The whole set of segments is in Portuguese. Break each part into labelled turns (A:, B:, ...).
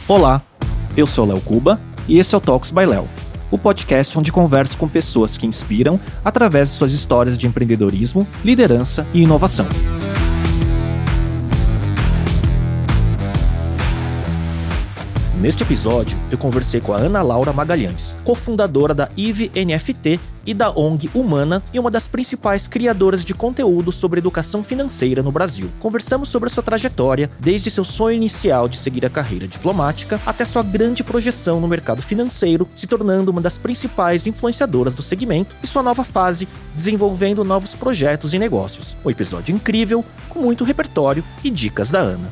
A: Olá, eu sou Léo Cuba e esse é o Talks by Léo, o podcast onde converso com pessoas que inspiram através de suas histórias de empreendedorismo, liderança e inovação. Neste episódio, eu conversei com a Ana Laura Magalhães, cofundadora da IVE NFT e da ONG Humana e uma das principais criadoras de conteúdo sobre educação financeira no Brasil. Conversamos sobre a sua trajetória, desde seu sonho inicial de seguir a carreira diplomática até sua grande projeção no mercado financeiro, se tornando uma das principais influenciadoras do segmento e sua nova fase, desenvolvendo novos projetos e negócios. Um episódio incrível, com muito repertório e dicas da Ana.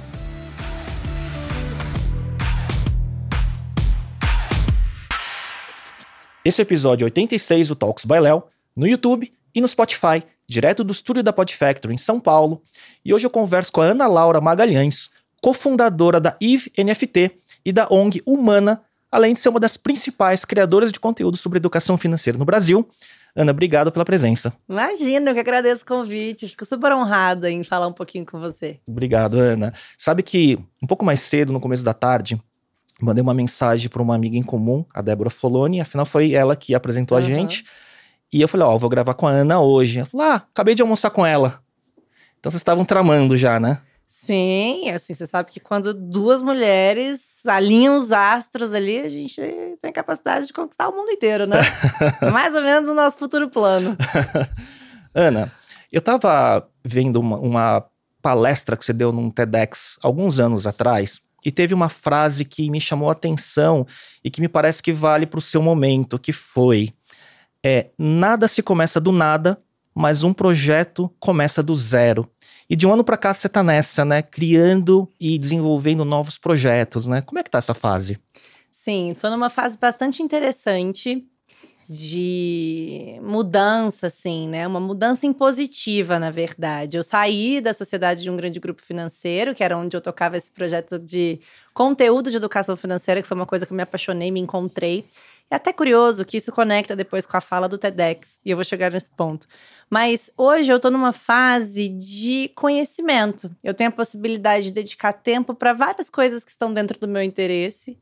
A: Esse é o episódio 86 do Talks by Léo, no YouTube e no Spotify, direto do estúdio da Podfactory em São Paulo. E hoje eu converso com a Ana Laura Magalhães, cofundadora da IVE NFT e da ONG Humana, além de ser uma das principais criadoras de conteúdo sobre educação financeira no Brasil. Ana, obrigado pela presença.
B: Imagina, eu que agradeço o convite. Fico super honrada em falar um pouquinho com você.
A: Obrigado, Ana. Sabe que um pouco mais cedo, no começo da tarde, mandei uma mensagem para uma amiga em comum, a Débora Foloni, afinal foi ela que apresentou a gente. E eu falei, vou gravar com a Ana hoje. Ela falou, acabei de almoçar com ela. Então vocês estavam tramando já, né?
B: Sim, assim, você sabe que quando duas mulheres alinham os astros ali, a gente tem a capacidade de conquistar o mundo inteiro, né? Mais ou menos o nosso futuro plano.
A: Ana, eu tava vendo uma palestra que você deu num TEDx alguns anos atrás, e teve uma frase que me chamou a atenção e que me parece que vale para o seu momento, que foi: nada se começa do nada, mas um projeto começa do zero. E de um ano para cá você tá nessa, né? Criando e desenvolvendo novos projetos, né? Como é que tá essa fase?
B: Sim, tô numa fase bastante interessante de mudança, assim, né? Uma mudança impositiva, na verdade. Eu saí da sociedade de um grande grupo financeiro, que era onde eu tocava esse projeto de conteúdo de educação financeira, que foi uma coisa que eu me apaixonei, me encontrei. É até curioso que isso conecta depois com a fala do TEDx, e eu vou chegar nesse ponto. Mas hoje eu tô numa fase de conhecimento. Eu tenho a possibilidade de dedicar tempo para várias coisas que estão dentro do meu interesse.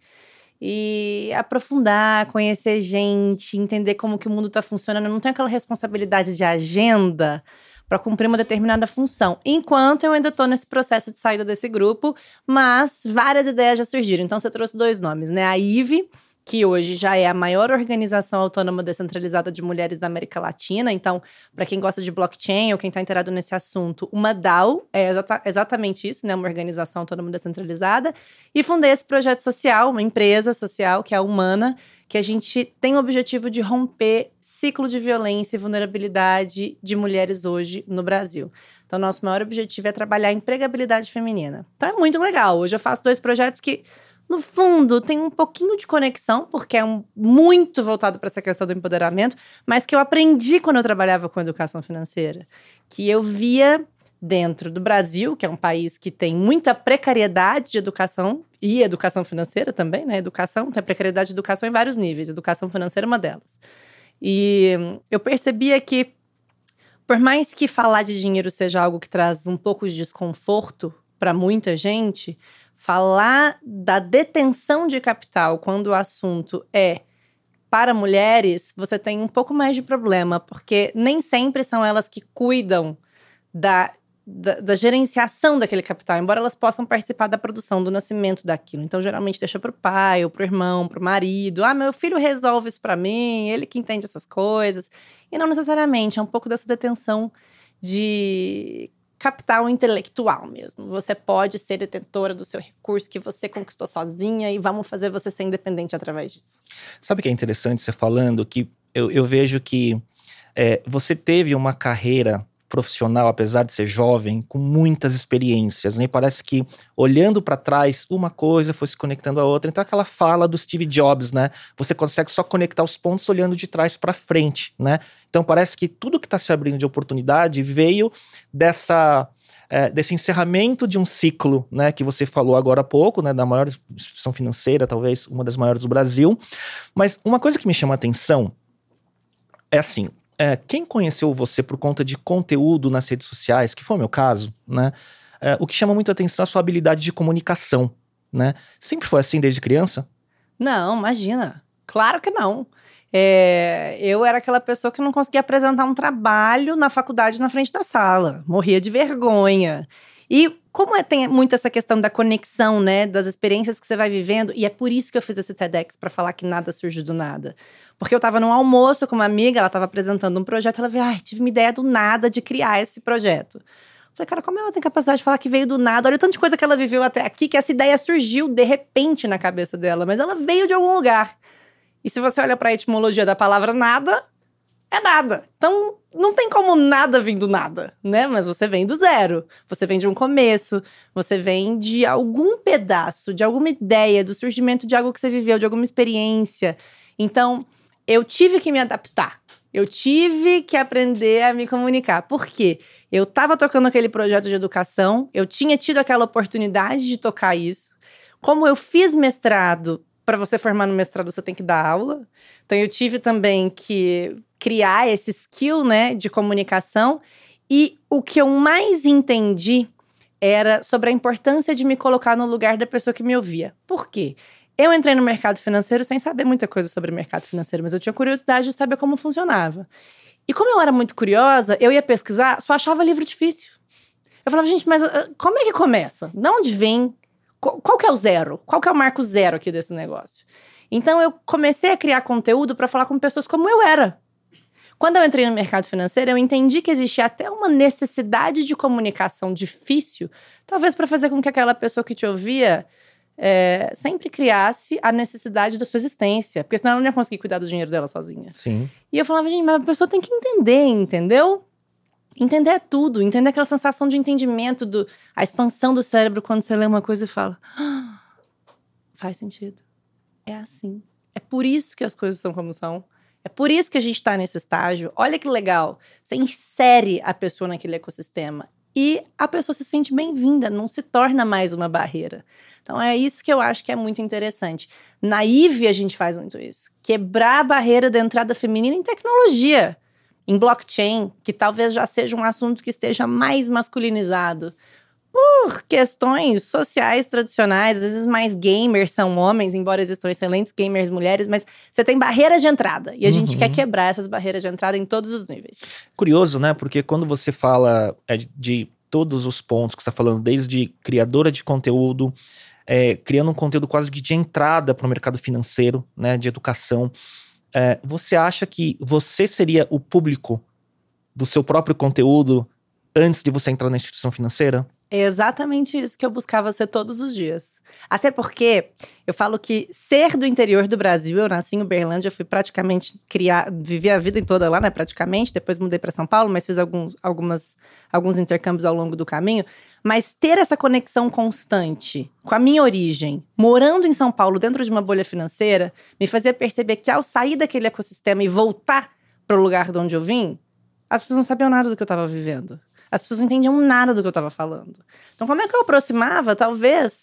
B: E aprofundar, conhecer gente, entender como que o mundo está funcionando. Eu não tenho aquela responsabilidade de agenda para cumprir uma determinada função. Enquanto eu ainda estou nesse processo de saída desse grupo, mas várias ideias já surgiram. Então você trouxe dois nomes, né? A IVE, que hoje já é a maior organização autônoma descentralizada de mulheres da América Latina. Então, para quem gosta de blockchain ou quem está inteirado nesse assunto, uma DAO é exatamente isso, né? Uma organização autônoma descentralizada. E fundei esse projeto social, uma empresa social, que é a Humana, que a gente tem o objetivo de romper ciclo de violência e vulnerabilidade de mulheres hoje no Brasil. Então, nosso maior objetivo é trabalhar a empregabilidade feminina. Então, é muito legal. Hoje eu faço dois projetos que, no fundo, tem um pouquinho de conexão, porque é muito voltado para essa questão do empoderamento, mas que eu aprendi quando eu trabalhava com educação financeira. Que eu via dentro do Brasil, que é um país que tem muita precariedade de educação, e educação financeira também, né? Tem precariedade de educação em vários níveis, educação financeira é uma delas. E eu percebia que, por mais que falar de dinheiro seja algo que traz um pouco de desconforto para muita gente, falar da detenção de capital quando o assunto é para mulheres, você tem um pouco mais de problema, porque nem sempre são elas que cuidam da gerenciação daquele capital, embora elas possam participar da produção, do nascimento daquilo. Então, geralmente, deixa para o pai, ou para o irmão, para o marido. Meu filho resolve isso para mim, ele que entende essas coisas. E não necessariamente, é um pouco dessa detenção de capital intelectual mesmo. Você pode ser detentora do seu recurso que você conquistou sozinha e vamos fazer você ser independente através disso.
A: Sabe o que é interessante você falando? Que eu vejo que você teve uma carreira profissional, apesar de ser jovem, com muitas experiências, né? E parece que, olhando para trás, uma coisa foi se conectando à outra. Então, aquela fala do Steve Jobs, né? Você consegue só conectar os pontos olhando de trás para frente, né? Então, parece que tudo que está se abrindo de oportunidade veio desse encerramento de um ciclo, né? Que você falou agora há pouco, né? Da maior instituição financeira, talvez uma das maiores do Brasil. Mas uma coisa que me chama a atenção é assim: quem conheceu você por conta de conteúdo nas redes sociais, que foi o meu caso, né? O que chama muito a atenção é a sua habilidade de comunicação, né? Sempre foi assim desde criança?
B: Não, imagina. Claro que não. Eu era aquela pessoa que não conseguia apresentar um trabalho na faculdade na frente da sala. Morria de vergonha. E como tem muito essa questão da conexão, né? Das experiências que você vai vivendo. E é por isso que eu fiz esse TEDx, pra falar que nada surge do nada. Porque eu tava num almoço com uma amiga, ela tava apresentando um projeto. Ela veio, tive uma ideia do nada de criar esse projeto. Falei, cara, como ela tem capacidade de falar que veio do nada? Olha o tanto de coisa que ela viveu até aqui, que essa ideia surgiu de repente na cabeça dela. Mas ela veio de algum lugar. E se você olha pra etimologia da palavra nada, é nada. Então, não tem como nada vir do nada, né? Mas você vem do zero. Você vem de um começo. Você vem de algum pedaço, de alguma ideia, do surgimento de algo que você viveu, de alguma experiência. Então, eu tive que me adaptar. Eu tive que aprender a me comunicar. Por quê? Eu estava tocando aquele projeto de educação, eu tinha tido aquela oportunidade de tocar isso. Como eu fiz mestrado, para você formar no mestrado você tem que dar aula. Então eu tive também que criar esse skill, né, de comunicação. E o que eu mais entendi era sobre a importância de me colocar no lugar da pessoa que me ouvia. Por quê? Eu entrei no mercado financeiro sem saber muita coisa sobre o mercado financeiro, mas eu tinha curiosidade de saber como funcionava. E como eu era muito curiosa, eu ia pesquisar, só achava livro difícil. Eu falava, gente, mas como é que começa? De onde vem? Qual que é o zero? Qual que é o marco zero aqui desse negócio? Então eu comecei a criar conteúdo para falar com pessoas como eu era. Quando eu entrei no mercado financeiro, eu entendi que existia até uma necessidade de comunicação difícil, talvez para fazer com que aquela pessoa que te ouvia sempre criasse a necessidade da sua existência. Porque senão ela não ia conseguir cuidar do dinheiro dela sozinha.
A: Sim.
B: E eu falava, gente, mas a pessoa tem que entender, entendeu? Entender é tudo. Entender aquela sensação de entendimento, a expansão do cérebro quando você lê uma coisa e fala… faz sentido. É assim. É por isso que as coisas são como são. É por isso que a gente tá nesse estágio. Olha que legal. Você insere a pessoa naquele ecossistema. E a pessoa se sente bem-vinda, não se torna mais uma barreira. Então é isso que eu acho que é muito interessante. Na IVE a gente faz muito isso. Quebrar a barreira da entrada feminina em tecnologia. Em blockchain, que talvez já seja um assunto que esteja mais masculinizado. Por questões sociais tradicionais, às vezes mais gamers são homens, embora existam excelentes gamers mulheres, mas você tem barreiras de entrada. E a gente quer quebrar essas barreiras de entrada em todos os níveis.
A: Curioso, né? Porque quando você fala de todos os pontos que você está falando, desde criadora de conteúdo, criando um conteúdo quase que de entrada para o mercado financeiro, né? De educação. Você acha que você seria o público do seu próprio conteúdo antes de você entrar na instituição financeira?
B: É exatamente isso que eu buscava ser todos os dias. Até porque eu falo que ser do interior do Brasil, eu nasci em Uberlândia, fui praticamente vivi a vida toda lá, né, praticamente. Depois mudei para São Paulo, mas fiz alguns intercâmbios ao longo do caminho. Mas ter essa conexão constante com a minha origem, morando em São Paulo, dentro de uma bolha financeira, me fazia perceber que ao sair daquele ecossistema e voltar para o lugar de onde eu vim, as pessoas não sabiam nada do que eu estava vivendo. As pessoas não entendiam nada do que eu estava falando. Então, como é que eu aproximava, talvez,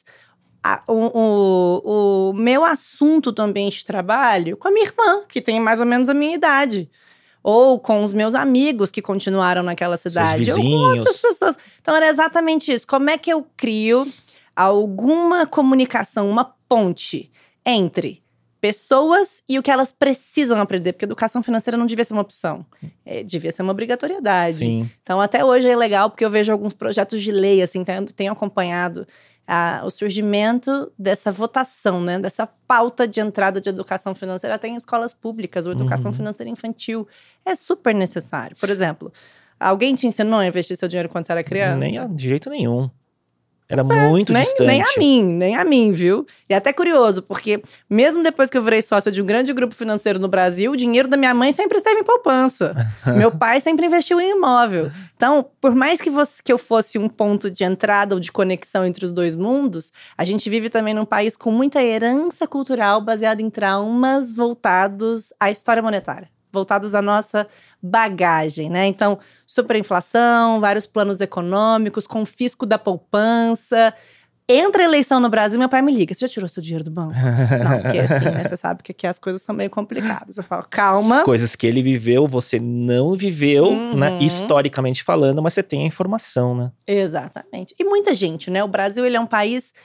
B: o meu assunto do ambiente de trabalho com a minha irmã, que tem mais ou menos a minha idade? Ou com os meus amigos que continuaram naquela cidade.
A: Seus vizinhos.
B: Ou com outras pessoas. Então, era exatamente isso. Como é que eu crio alguma comunicação, uma ponte entre pessoas e o que elas precisam aprender, porque educação financeira não devia ser uma opção, devia ser uma obrigatoriedade.
A: Sim.
B: Então até hoje é legal, porque eu vejo alguns projetos de lei, assim, tenho acompanhado o surgimento dessa votação, né, dessa pauta de entrada de educação financeira até em escolas públicas, ou educação financeira infantil, é super necessário. Por exemplo, alguém te ensinou a investir seu dinheiro quando você era criança?
A: De jeito nenhum. Era muito distante.
B: Nem a mim, viu? E é até curioso, porque mesmo depois que eu virei sócia de um grande grupo financeiro no Brasil, o dinheiro da minha mãe sempre esteve em poupança. Meu pai sempre investiu em imóvel. Então, por mais que eu fosse um ponto de entrada ou de conexão entre os dois mundos, a gente vive também num país com muita herança cultural baseada em traumas voltados à história monetária. Voltados à nossa bagagem, né? Então, superinflação, vários planos econômicos, confisco da poupança. Entra a eleição no Brasil, meu pai me liga. Você já tirou seu dinheiro do banco? Não, porque assim, né? Você sabe que aqui as coisas são meio complicadas. Eu falo, calma.
A: Coisas que ele viveu, você não viveu, né? Historicamente falando, mas você tem a informação, né?
B: Exatamente. E muita gente, né? O Brasil, ele é um país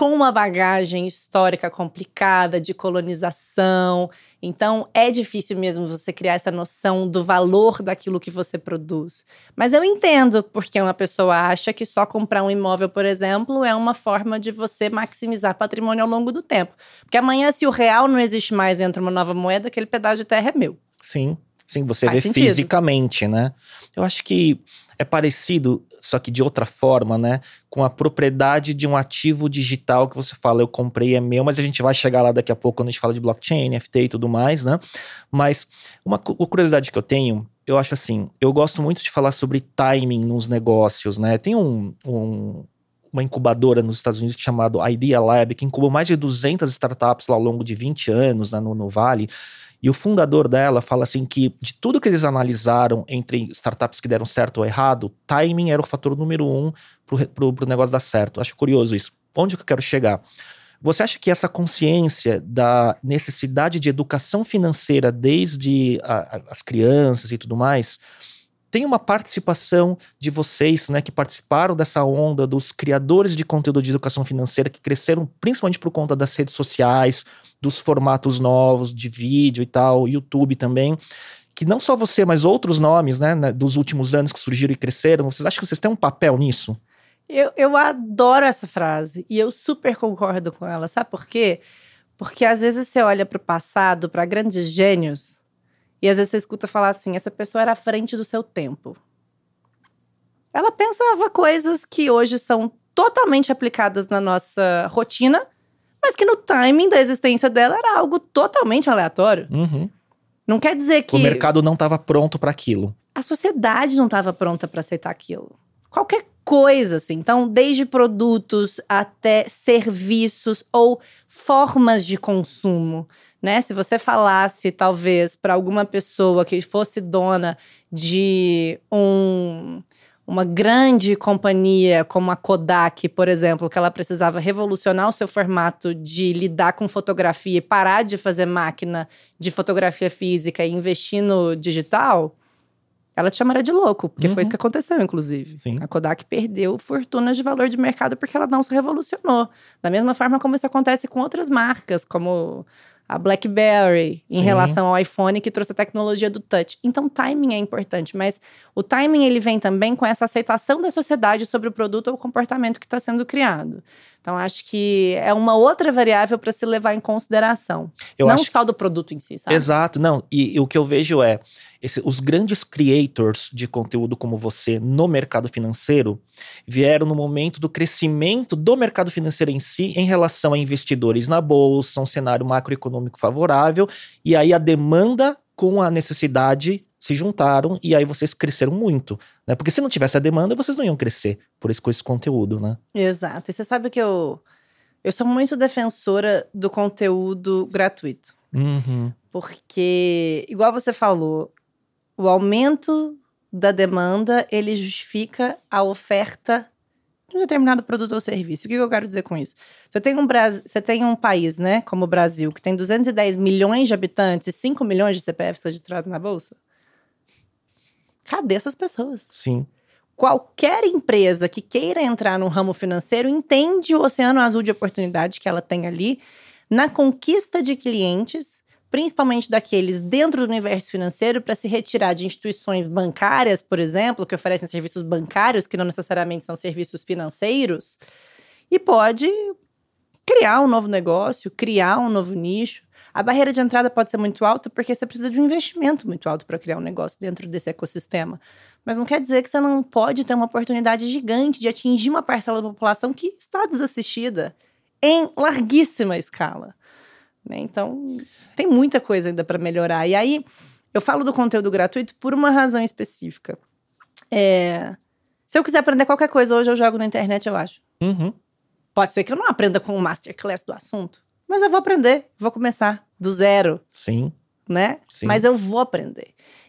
B: com uma bagagem histórica complicada, de colonização. Então, é difícil mesmo você criar essa noção do valor daquilo que você produz. Mas eu entendo porque uma pessoa acha que só comprar um imóvel, por exemplo, é uma forma de você maximizar patrimônio ao longo do tempo. Porque amanhã, se o real não existe mais e entra uma nova moeda, aquele pedaço de terra é meu.
A: Sim, você
B: Faz
A: vê
B: sentido.
A: fisicamente, né? Eu acho que é parecido, só que de outra forma, né? Com a propriedade de um ativo digital que você fala, eu comprei, é meu, mas a gente vai chegar lá daqui a pouco quando a gente fala de blockchain, NFT e tudo mais, né? Mas uma curiosidade que eu tenho, eu acho assim, eu gosto muito de falar sobre timing nos negócios, né? Tem uma incubadora nos Estados Unidos chamada Idea Lab, que incubou mais de 200 startups lá ao longo de 20 anos, né, no Vale. E o fundador dela fala assim que de tudo que eles analisaram entre startups que deram certo ou errado, timing era o fator número 1 pro negócio dar certo. Acho curioso isso. Onde que eu quero chegar? Você acha que essa consciência da necessidade de educação financeira desde as crianças e tudo mais tem uma participação de vocês, né, que participaram dessa onda dos criadores de conteúdo de educação financeira que cresceram principalmente por conta das redes sociais, dos formatos novos de vídeo e tal, YouTube também, que não só você, mas outros nomes, né, dos últimos anos que surgiram e cresceram, vocês acham que vocês têm um papel nisso?
B: Eu adoro essa frase e eu super concordo com ela, sabe por quê? Porque às vezes você olha para o passado, para grandes gênios, e às vezes você escuta falar assim, essa pessoa era à frente do seu tempo. Ela pensava coisas que hoje são totalmente aplicadas na nossa rotina, mas que no timing da existência dela era algo totalmente aleatório.
A: Uhum.
B: Não quer dizer que…
A: O mercado não estava pronto para aquilo.
B: A sociedade não estava pronta para aceitar aquilo. Qualquer coisa, assim. Então, desde produtos até serviços ou formas de consumo, né? Se você falasse, talvez, para alguma pessoa que fosse dona de uma grande companhia como a Kodak, por exemplo, que ela precisava revolucionar o seu formato de lidar com fotografia e parar de fazer máquina de fotografia física e investir no digital, ela te chamaria de louco, porque foi isso que aconteceu, inclusive.
A: Sim.
B: A Kodak perdeu fortunas de valor de mercado porque ela não se revolucionou. Da mesma forma como isso acontece com outras marcas, como a BlackBerry, em relação ao iPhone, que trouxe a tecnologia do touch. Então, timing é importante, mas o timing ele vem também com essa aceitação da sociedade sobre o produto ou o comportamento que está sendo criado. Então, acho que é uma outra variável para se levar em consideração. Não só do produto em si, sabe?
A: Exato, não. E o que eu vejo é, os grandes creators de conteúdo como você no mercado financeiro vieram no momento do crescimento do mercado financeiro em si em relação a investidores na bolsa, um cenário macroeconômico favorável, e aí a demanda com a necessidade se juntaram e aí vocês cresceram muito, né? Porque se não tivesse a demanda, vocês não iam crescer com esse conteúdo, né?
B: Exato. E você sabe que eu sou muito defensora do conteúdo gratuito.
A: Uhum.
B: Porque, igual você falou, o aumento da demanda, ele justifica a oferta de um determinado produto ou serviço. O que eu quero dizer com isso? Você tem um país, né, como o Brasil, que tem 210 milhões de habitantes e 5 milhões de CPFs registrados na Bolsa. Cadê essas pessoas?
A: Sim.
B: Qualquer empresa que queira entrar no ramo financeiro entende o oceano azul de oportunidade que ela tem ali na conquista de clientes, principalmente daqueles dentro do universo financeiro, para se retirar de instituições bancárias, por exemplo, que oferecem serviços bancários, que não necessariamente são serviços financeiros, e pode criar um novo negócio, criar um novo nicho. A barreira de entrada pode ser muito alta porque você precisa de um investimento muito alto para criar um negócio dentro desse ecossistema. Mas não quer dizer que você não pode ter uma oportunidade gigante de atingir uma parcela da população que está desassistida em larguíssima escala. Né? Então, tem muita coisa ainda para melhorar. E aí, eu falo do conteúdo gratuito por uma razão específica. Se eu quiser aprender qualquer coisa, hoje eu jogo na internet, eu acho.
A: Uhum.
B: Pode ser que eu não aprenda com um masterclass do assunto, mas eu vou aprender, vou começar do zero.
A: Sim.
B: Né?
A: Sim.
B: Mas eu vou aprender.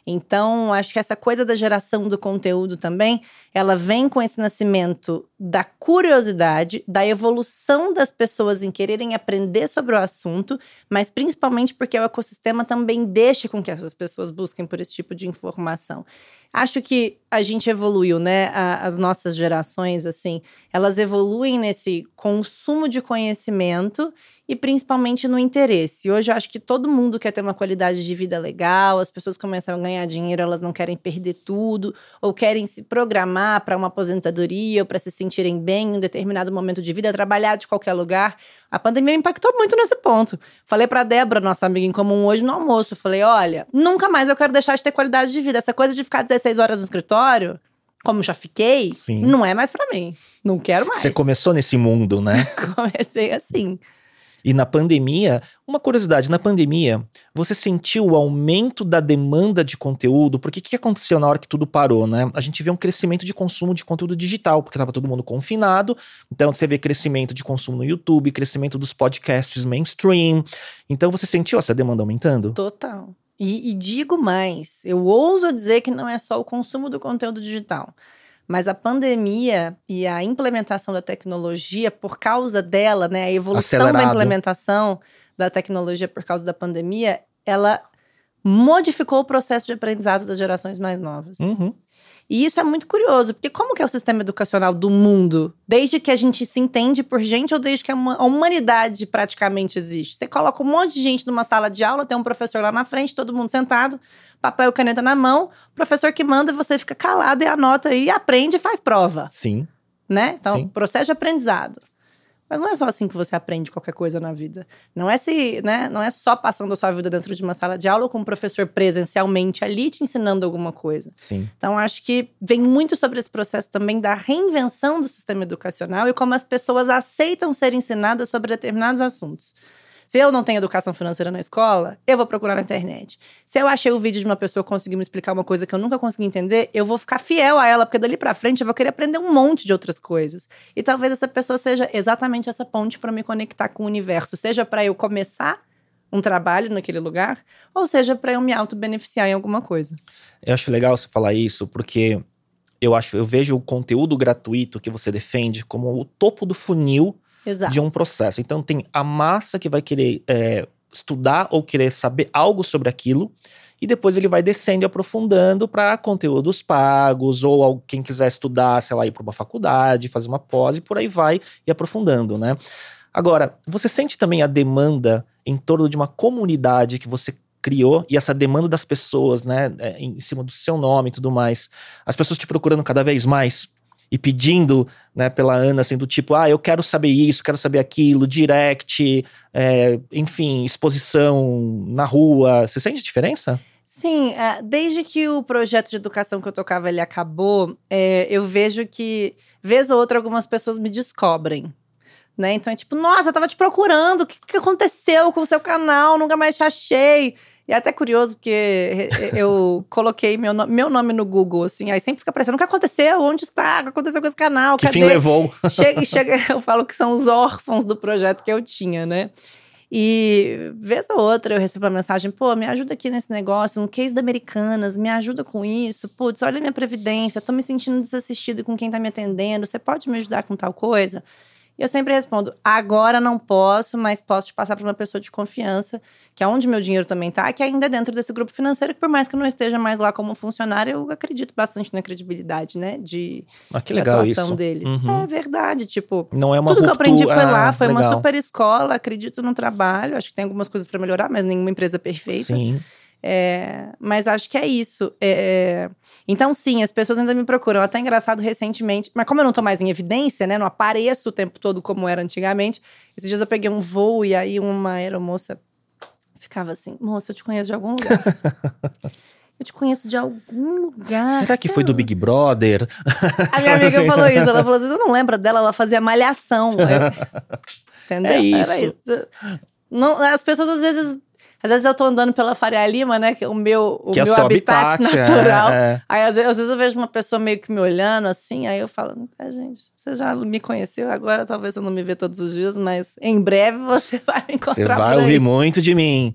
B: Então, acho que essa coisa da geração do conteúdo também, ela vem com esse nascimento da curiosidade, da evolução das pessoas em quererem aprender sobre o assunto, mas principalmente porque o ecossistema também deixa com que essas pessoas busquem por esse tipo de informação. Acho que a gente evoluiu, né? As nossas gerações, assim, elas evoluem nesse consumo de conhecimento e principalmente no interesse. Hoje eu acho que todo mundo quer ter uma qualidade de vida legal, as pessoas começam a ganhar dinheiro, elas não querem perder tudo, ou querem se programar para uma aposentadoria ou para se sentirem bem em um determinado momento de vida, trabalhar de qualquer lugar. A pandemia me impactou muito nesse ponto. Falei pra Débora, nossa amiga em comum, hoje no almoço. Falei, olha, nunca mais eu quero deixar de ter qualidade de vida. Essa coisa de ficar 16 horas no escritório, como já fiquei, não é mais pra mim. Não quero mais.
A: Você começou nesse mundo, né?
B: Comecei assim.
A: E na pandemia, uma curiosidade, na pandemia, você sentiu o aumento da demanda de conteúdo? Porque o que aconteceu na hora que tudo parou, né? A gente vê um crescimento de consumo de conteúdo digital, porque estava todo mundo confinado. Então você vê crescimento de consumo no YouTube, crescimento dos podcasts mainstream. Então você sentiu essa demanda aumentando?
B: Total. E digo mais, eu ouso dizer que não é só o consumo do conteúdo digital. Mas a pandemia e a implementação da tecnologia, por causa dela, né, a evolução da implementação da tecnologia por causa da pandemia, ela modificou o processo de aprendizado das gerações mais novas.
A: Uhum.
B: E isso é muito curioso, porque como que é o sistema educacional do mundo? Desde que a gente se entende por gente ou desde que a humanidade praticamente existe? Você coloca um monte de gente numa sala de aula, tem um professor lá na frente, todo mundo sentado, papel e caneta na mão, professor que manda, você fica calado e anota aí, aprende e faz prova.
A: Sim.
B: Né? Então,
A: Sim.
B: processo de aprendizado. Mas não é só assim que você aprende qualquer coisa na vida. Não é não é só passando a sua vida dentro de uma sala de aula ou com um professor presencialmente ali te ensinando alguma coisa.
A: Sim.
B: Então, acho que vem muito sobre esse processo também da reinvenção do sistema educacional e como as pessoas aceitam ser ensinadas sobre determinados assuntos. Se eu não tenho educação financeira na escola, eu vou procurar na internet. Se eu achei o vídeo de uma pessoa conseguindo me explicar uma coisa que eu nunca consegui entender, eu vou ficar fiel a ela, porque dali pra frente eu vou querer aprender um monte de outras coisas. E talvez essa pessoa seja exatamente essa ponte para me conectar com o universo. Seja para eu começar um trabalho naquele lugar, ou seja para eu me auto-beneficiar em alguma coisa.
A: Eu acho legal você falar isso, porque eu vejo o conteúdo gratuito que você defende como o topo do funil.
B: Exato.
A: De um processo. Então tem a massa que vai querer estudar ou querer saber algo sobre aquilo, e depois ele vai descendo e aprofundando para conteúdos pagos, ou quem quiser estudar, sei lá, ir para uma faculdade, fazer uma pós, e por aí vai e aprofundando, né? Agora, você sente também a demanda em torno de uma comunidade que você criou, e essa demanda das pessoas, né, em cima do seu nome e tudo mais, as pessoas te procurando cada vez mais? E pedindo, né, pela Ana, assim, do tipo, eu quero saber isso, quero saber aquilo, direct, enfim, exposição na rua. Você sente diferença?
B: Sim, desde que o projeto de educação que eu tocava, ele acabou, eu vejo que, vez ou outra, algumas pessoas me descobrem. Né? Então é tipo, nossa, eu tava te procurando, o que aconteceu com o seu canal? Nunca mais te achei. E é até curioso, porque eu coloquei meu nome no Google, assim, aí sempre fica aparecendo, o que aconteceu? Onde está? O que aconteceu com esse canal?
A: Que fim levou?
B: Chega, eu falo que são os órfãos do projeto que eu tinha, né? E vez ou outra eu recebo uma mensagem, pô, me ajuda aqui nesse negócio, um case da Americanas, me ajuda com isso, putz, olha a minha previdência, tô me sentindo desassistido com quem tá me atendendo, você pode me ajudar com tal coisa? E eu sempre respondo, agora não posso, mas posso te passar para uma pessoa de confiança, que é onde meu dinheiro também tá, que ainda é dentro desse grupo financeiro, que por mais que eu não esteja mais lá como funcionário, eu acredito bastante na credibilidade, né, de atuação
A: isso.
B: deles.
A: Uhum.
B: É verdade, tipo,
A: não é uma
B: tudo que eu aprendi foi lá, foi
A: legal.
B: Uma super escola, acredito no trabalho, acho que tem algumas coisas para melhorar, mas nenhuma empresa é perfeita.
A: Sim.
B: Mas acho que é isso. Então, sim, as pessoas ainda me procuram. Até engraçado recentemente, mas como eu não tô mais em evidência, né? Não apareço o tempo todo como era antigamente. Esses dias eu peguei um voo e aí uma aeromoça ficava assim: moça, eu te conheço de algum lugar. Eu te conheço de algum lugar.
A: Será que foi do Big Brother?
B: A minha amiga falou isso. Ela falou assim: eu não lembro dela, ela fazia malhação. Entendeu?
A: É isso.
B: Era isso. Não, as pessoas às vezes Às vezes eu tô andando pela Faria Lima, né? Que é o meu
A: é seu
B: habitat natural.
A: É.
B: Aí às vezes eu vejo uma pessoa meio que me olhando assim, aí eu falo, gente, você já me conheceu, agora talvez eu não me vê todos os dias, mas em breve você vai me encontrar.
A: Você vai ouvir muito de mim.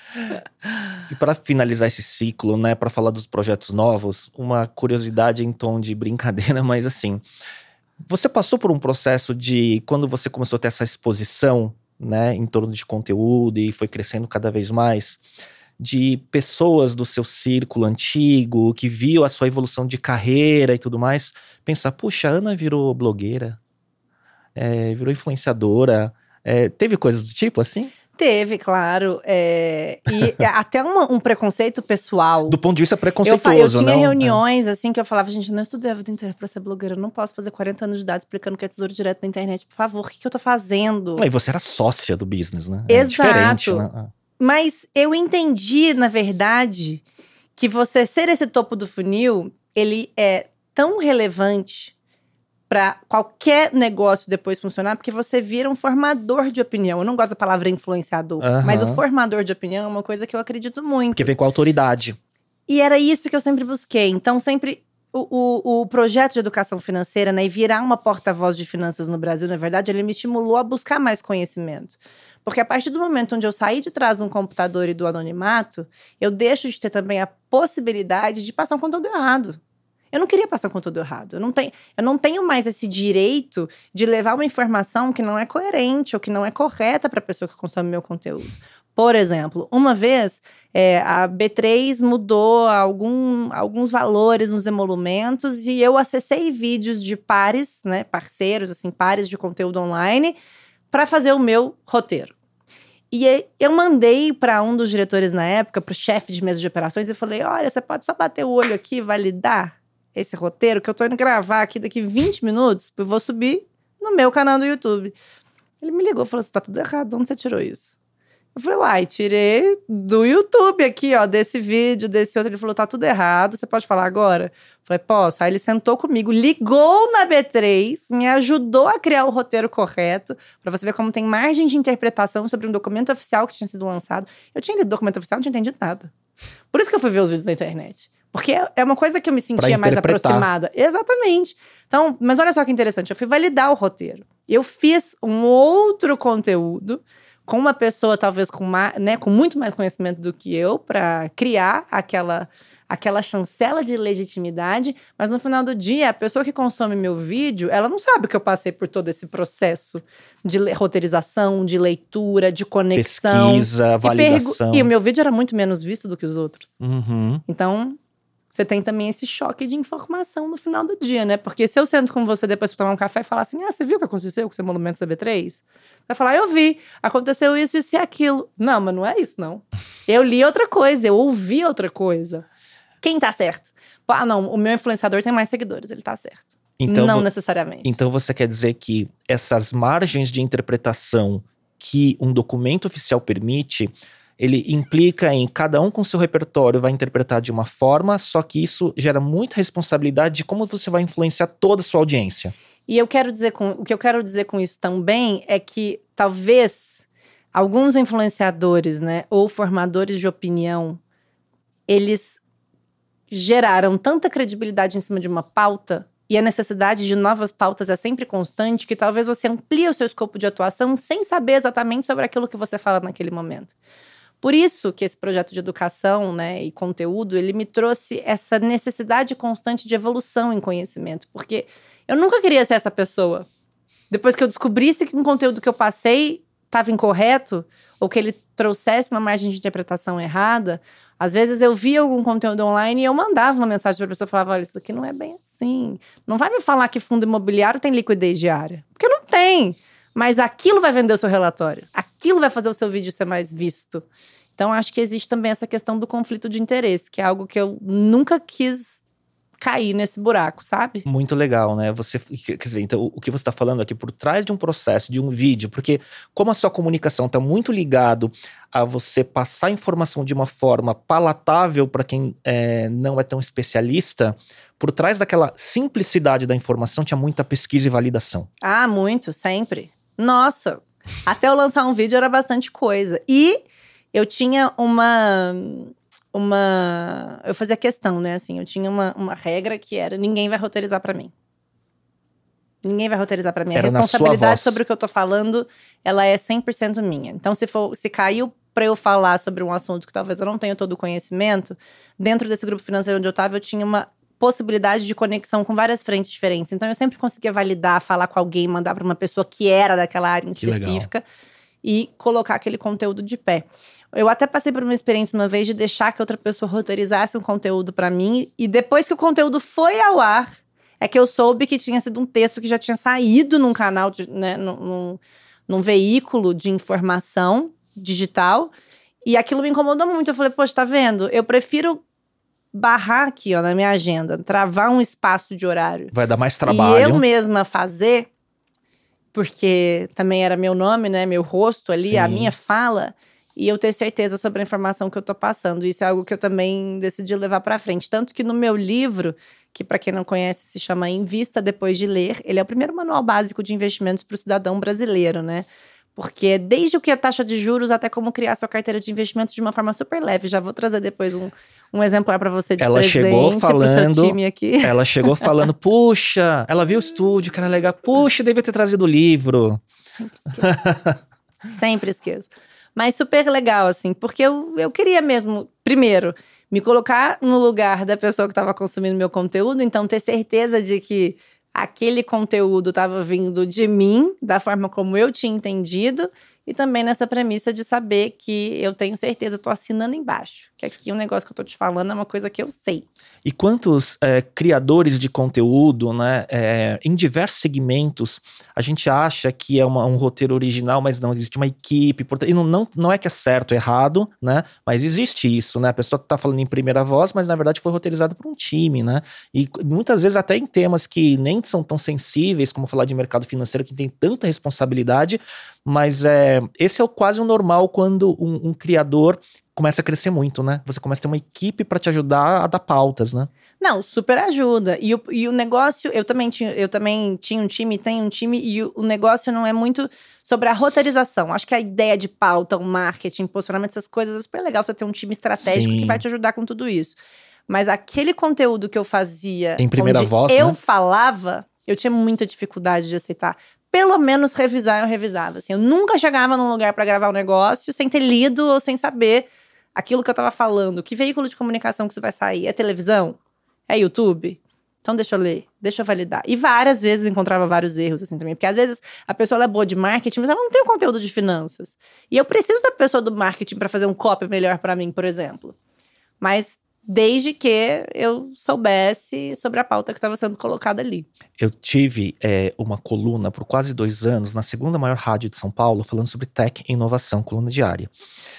A: E para finalizar esse ciclo, né, para falar dos projetos novos, uma curiosidade em tom de brincadeira, mas assim, você passou por um processo de, quando você começou a ter essa exposição, né, em torno de conteúdo e foi crescendo cada vez mais, de pessoas do seu círculo antigo, que viu a sua evolução de carreira e tudo mais, pensar, puxa, a Ana virou blogueira, virou influenciadora, teve coisas do tipo assim?
B: Teve, claro. E até um preconceito pessoal.
A: Do ponto de vista preconceituoso,
B: eu tinha
A: não?
B: reuniões, assim, que eu falava, gente, eu não estudei a vida inteira pra ser blogueira. Eu não posso fazer 40 anos de idade explicando o que é tesouro direto na internet. Por favor, o que eu tô fazendo?
A: E você era sócia do business, né?
B: Exato.
A: Diferente, né?
B: Mas eu entendi, na verdade, que você ser esse topo do funil, ele é tão relevante para qualquer negócio depois funcionar, porque você vira um formador de opinião. Eu não gosto da palavra influenciador, mas o formador de opinião é uma coisa que eu acredito muito.
A: Porque vem com a autoridade.
B: E era isso que eu sempre busquei. Então, sempre o projeto de educação financeira, né, e virar uma porta-voz de finanças no Brasil, na verdade, ele me estimulou a buscar mais conhecimento. Porque a partir do momento onde eu saí de trás de um computador e do anonimato, eu deixo de ter também a possibilidade de passar um conteúdo errado. Eu não queria passar um conteúdo errado. Eu não tenho mais esse direito de levar uma informação que não é coerente ou que não é correta para a pessoa que consome meu conteúdo. Por exemplo, uma vez a B3 mudou alguns valores nos emolumentos e eu acessei vídeos de pares, né, parceiros, assim, pares de conteúdo online para fazer o meu roteiro. E eu mandei para um dos diretores na época, para o chefe de mesa de operações, e falei, olha, você pode só bater o olho aqui e validar esse roteiro, que eu tô indo gravar aqui daqui 20 minutos, eu vou subir no meu canal do YouTube. Ele me ligou e falou, tá tudo errado, de onde você tirou isso? Eu falei, uai, tirei do YouTube aqui, ó, desse vídeo, desse outro. Ele falou, tá tudo errado, você pode falar agora? Eu falei, posso. Aí ele sentou comigo, ligou na B3, me ajudou a criar o roteiro correto, pra você ver como tem margem de interpretação sobre um documento oficial que tinha sido lançado. Eu tinha lido documento oficial, não tinha entendido nada. Por isso que eu fui ver os vídeos na internet. Porque é uma coisa que eu me sentia mais aproximada. Exatamente. Então, mas olha só que interessante, eu fui validar o roteiro. Eu fiz um outro conteúdo com uma pessoa talvez com muito mais conhecimento do que eu para criar aquela chancela de legitimidade, mas no final do dia, a pessoa que consome meu vídeo, ela não sabe que eu passei por todo esse processo de roteirização, de leitura, de conexão.
A: Pesquisa, validação.
B: E o meu vídeo era muito menos visto do que os outros.
A: Uhum.
B: Então, você tem também esse choque de informação no final do dia, né? Porque se eu sento com você depois pra tomar um café e falar assim, você viu o que aconteceu com os emolumentos da B3? Vai falar, eu vi, aconteceu isso e aquilo. Não, mas não é isso, não. Eu li outra coisa, eu ouvi outra coisa. Quem tá certo? Não, o meu influenciador tem mais seguidores, ele tá certo. Então, não necessariamente.
A: Então você quer dizer que essas margens de interpretação que um documento oficial permite, ele implica em cada um com seu repertório vai interpretar de uma forma, só que isso gera muita responsabilidade de como você vai influenciar toda a sua audiência.
B: E o que eu quero dizer com isso também é que talvez alguns influenciadores, né, ou formadores de opinião, eles geraram tanta credibilidade em cima de uma pauta, e a necessidade de novas pautas é sempre constante, que talvez você amplie o seu escopo de atuação sem saber exatamente sobre aquilo que você fala naquele momento. Por isso que esse projeto de educação, né, e conteúdo, ele me trouxe essa necessidade constante de evolução em conhecimento. Porque eu nunca queria ser essa pessoa. Depois que eu descobrisse que um conteúdo que eu passei estava incorreto, ou que ele trouxesse uma margem de interpretação errada, às vezes eu via algum conteúdo online e eu mandava uma mensagem para a pessoa e falava, olha, isso daqui não é bem assim. Não vai me falar que fundo imobiliário tem liquidez diária. Porque não tem. Mas aquilo vai vender o seu relatório. Aquilo vai fazer o seu vídeo ser mais visto. Então, acho que existe também essa questão do conflito de interesse, que é algo que eu nunca quis cair nesse buraco, sabe?
A: Muito legal, né? Quer dizer, então, o que você está falando aqui por trás de um processo, de um vídeo, porque como a sua comunicação está muito ligado a você passar informação de uma forma palatável para quem não é tão especialista, por trás daquela simplicidade da informação tinha muita pesquisa e validação.
B: Ah, muito, sempre. Nossa, até eu lançar um vídeo era bastante coisa. E eu tinha eu fazia questão, né, assim, eu tinha uma regra que era: ninguém vai roteirizar pra mim. Ninguém vai roteirizar pra mim. A
A: Era na sua voz.
B: responsabilidade sobre o que eu tô falando, ela é 100% minha. Então, se caiu pra eu falar sobre um assunto que talvez eu não tenha todo o conhecimento, dentro desse grupo financeiro onde eu tava, eu tinha uma possibilidade de conexão com várias frentes diferentes. Então, eu sempre conseguia validar, falar com alguém, mandar pra uma pessoa que era daquela área em específica e colocar aquele conteúdo de pé. Eu até passei por uma experiência uma vez de deixar que outra pessoa roteirizasse um conteúdo pra mim, e depois que o conteúdo foi ao ar, é que eu soube que tinha sido um texto que já tinha saído num canal, né, num veículo de informação digital. E aquilo me incomodou muito. Eu falei, poxa, tá vendo? Eu prefiro barrar aqui, ó, na minha agenda, travar um espaço de horário.
A: Vai dar mais trabalho.
B: E eu mesma fazer, porque também era meu nome, né, meu rosto ali,
A: Sim.
B: a minha fala, e eu ter certeza sobre a informação que eu tô passando. Isso é algo que eu também decidi levar pra frente. Tanto que no meu livro, que pra quem não conhece se chama Invista Depois de Ler, ele é o primeiro manual básico de investimentos pro cidadão brasileiro, né? Porque desde o que é taxa de juros até como criar sua carteira de investimentos de uma forma super leve. Já vou trazer depois um exemplar pra você de
A: Ela
B: presente
A: chegou falando,
B: pro seu time aqui.
A: Ela chegou falando, puxa, ela viu o estúdio, que era legal. Puxa, devia ter trazido o livro.
B: Sempre esqueço. Sempre esqueço. Mas super legal, assim, porque eu queria mesmo, primeiro, me colocar no lugar da pessoa que estava consumindo meu conteúdo. Então, ter certeza de que aquele conteúdo estava vindo de mim, da forma como eu tinha entendido. E também nessa premissa de saber que eu tenho certeza, eu tô assinando embaixo. Que aqui o negócio que eu tô te falando é uma coisa que eu sei.
A: E quantos criadores de conteúdo, né, em diversos segmentos, a gente acha que é um roteiro original, mas não, existe uma equipe. E não é que é certo ou errado, né, mas existe isso, né? A pessoa tá falando em primeira voz, mas na verdade foi roteirizado por um time, né? E muitas vezes até em temas que nem são tão sensíveis, como falar de mercado financeiro, que tem tanta responsabilidade, mas esse é quase o normal quando um criador começa a crescer muito, né? Você começa a ter uma equipe para te ajudar a dar pautas, né?
B: Não, super ajuda. E o negócio, eu também tinha um time, tenho um time, e o negócio não é muito sobre a roteirização. Acho que a ideia de pauta, o marketing, posicionamento, essas coisas, é super legal você ter um time estratégico
A: Sim.
B: que vai te ajudar com tudo isso. Mas aquele conteúdo que eu fazia,
A: em primeira
B: onde
A: voz,
B: eu
A: né?
B: falava, eu tinha muita dificuldade de aceitar. Pelo menos revisar, eu revisava. Assim, eu nunca chegava num lugar pra gravar um negócio sem ter lido ou sem saber aquilo que eu tava falando. Que veículo de comunicação que isso vai sair? É televisão? É YouTube? Então deixa eu ler, deixa eu validar. E várias vezes encontrava vários erros assim também. Porque às vezes a pessoa ela é boa de marketing, mas ela não tem o conteúdo de finanças. E eu preciso da pessoa do marketing pra fazer um copy melhor pra mim, por exemplo. Mas desde que eu soubesse sobre a pauta que estava sendo colocada ali.
A: Eu tive uma coluna por quase 2 anos na segunda maior rádio de São Paulo, falando sobre tech e inovação, coluna diária.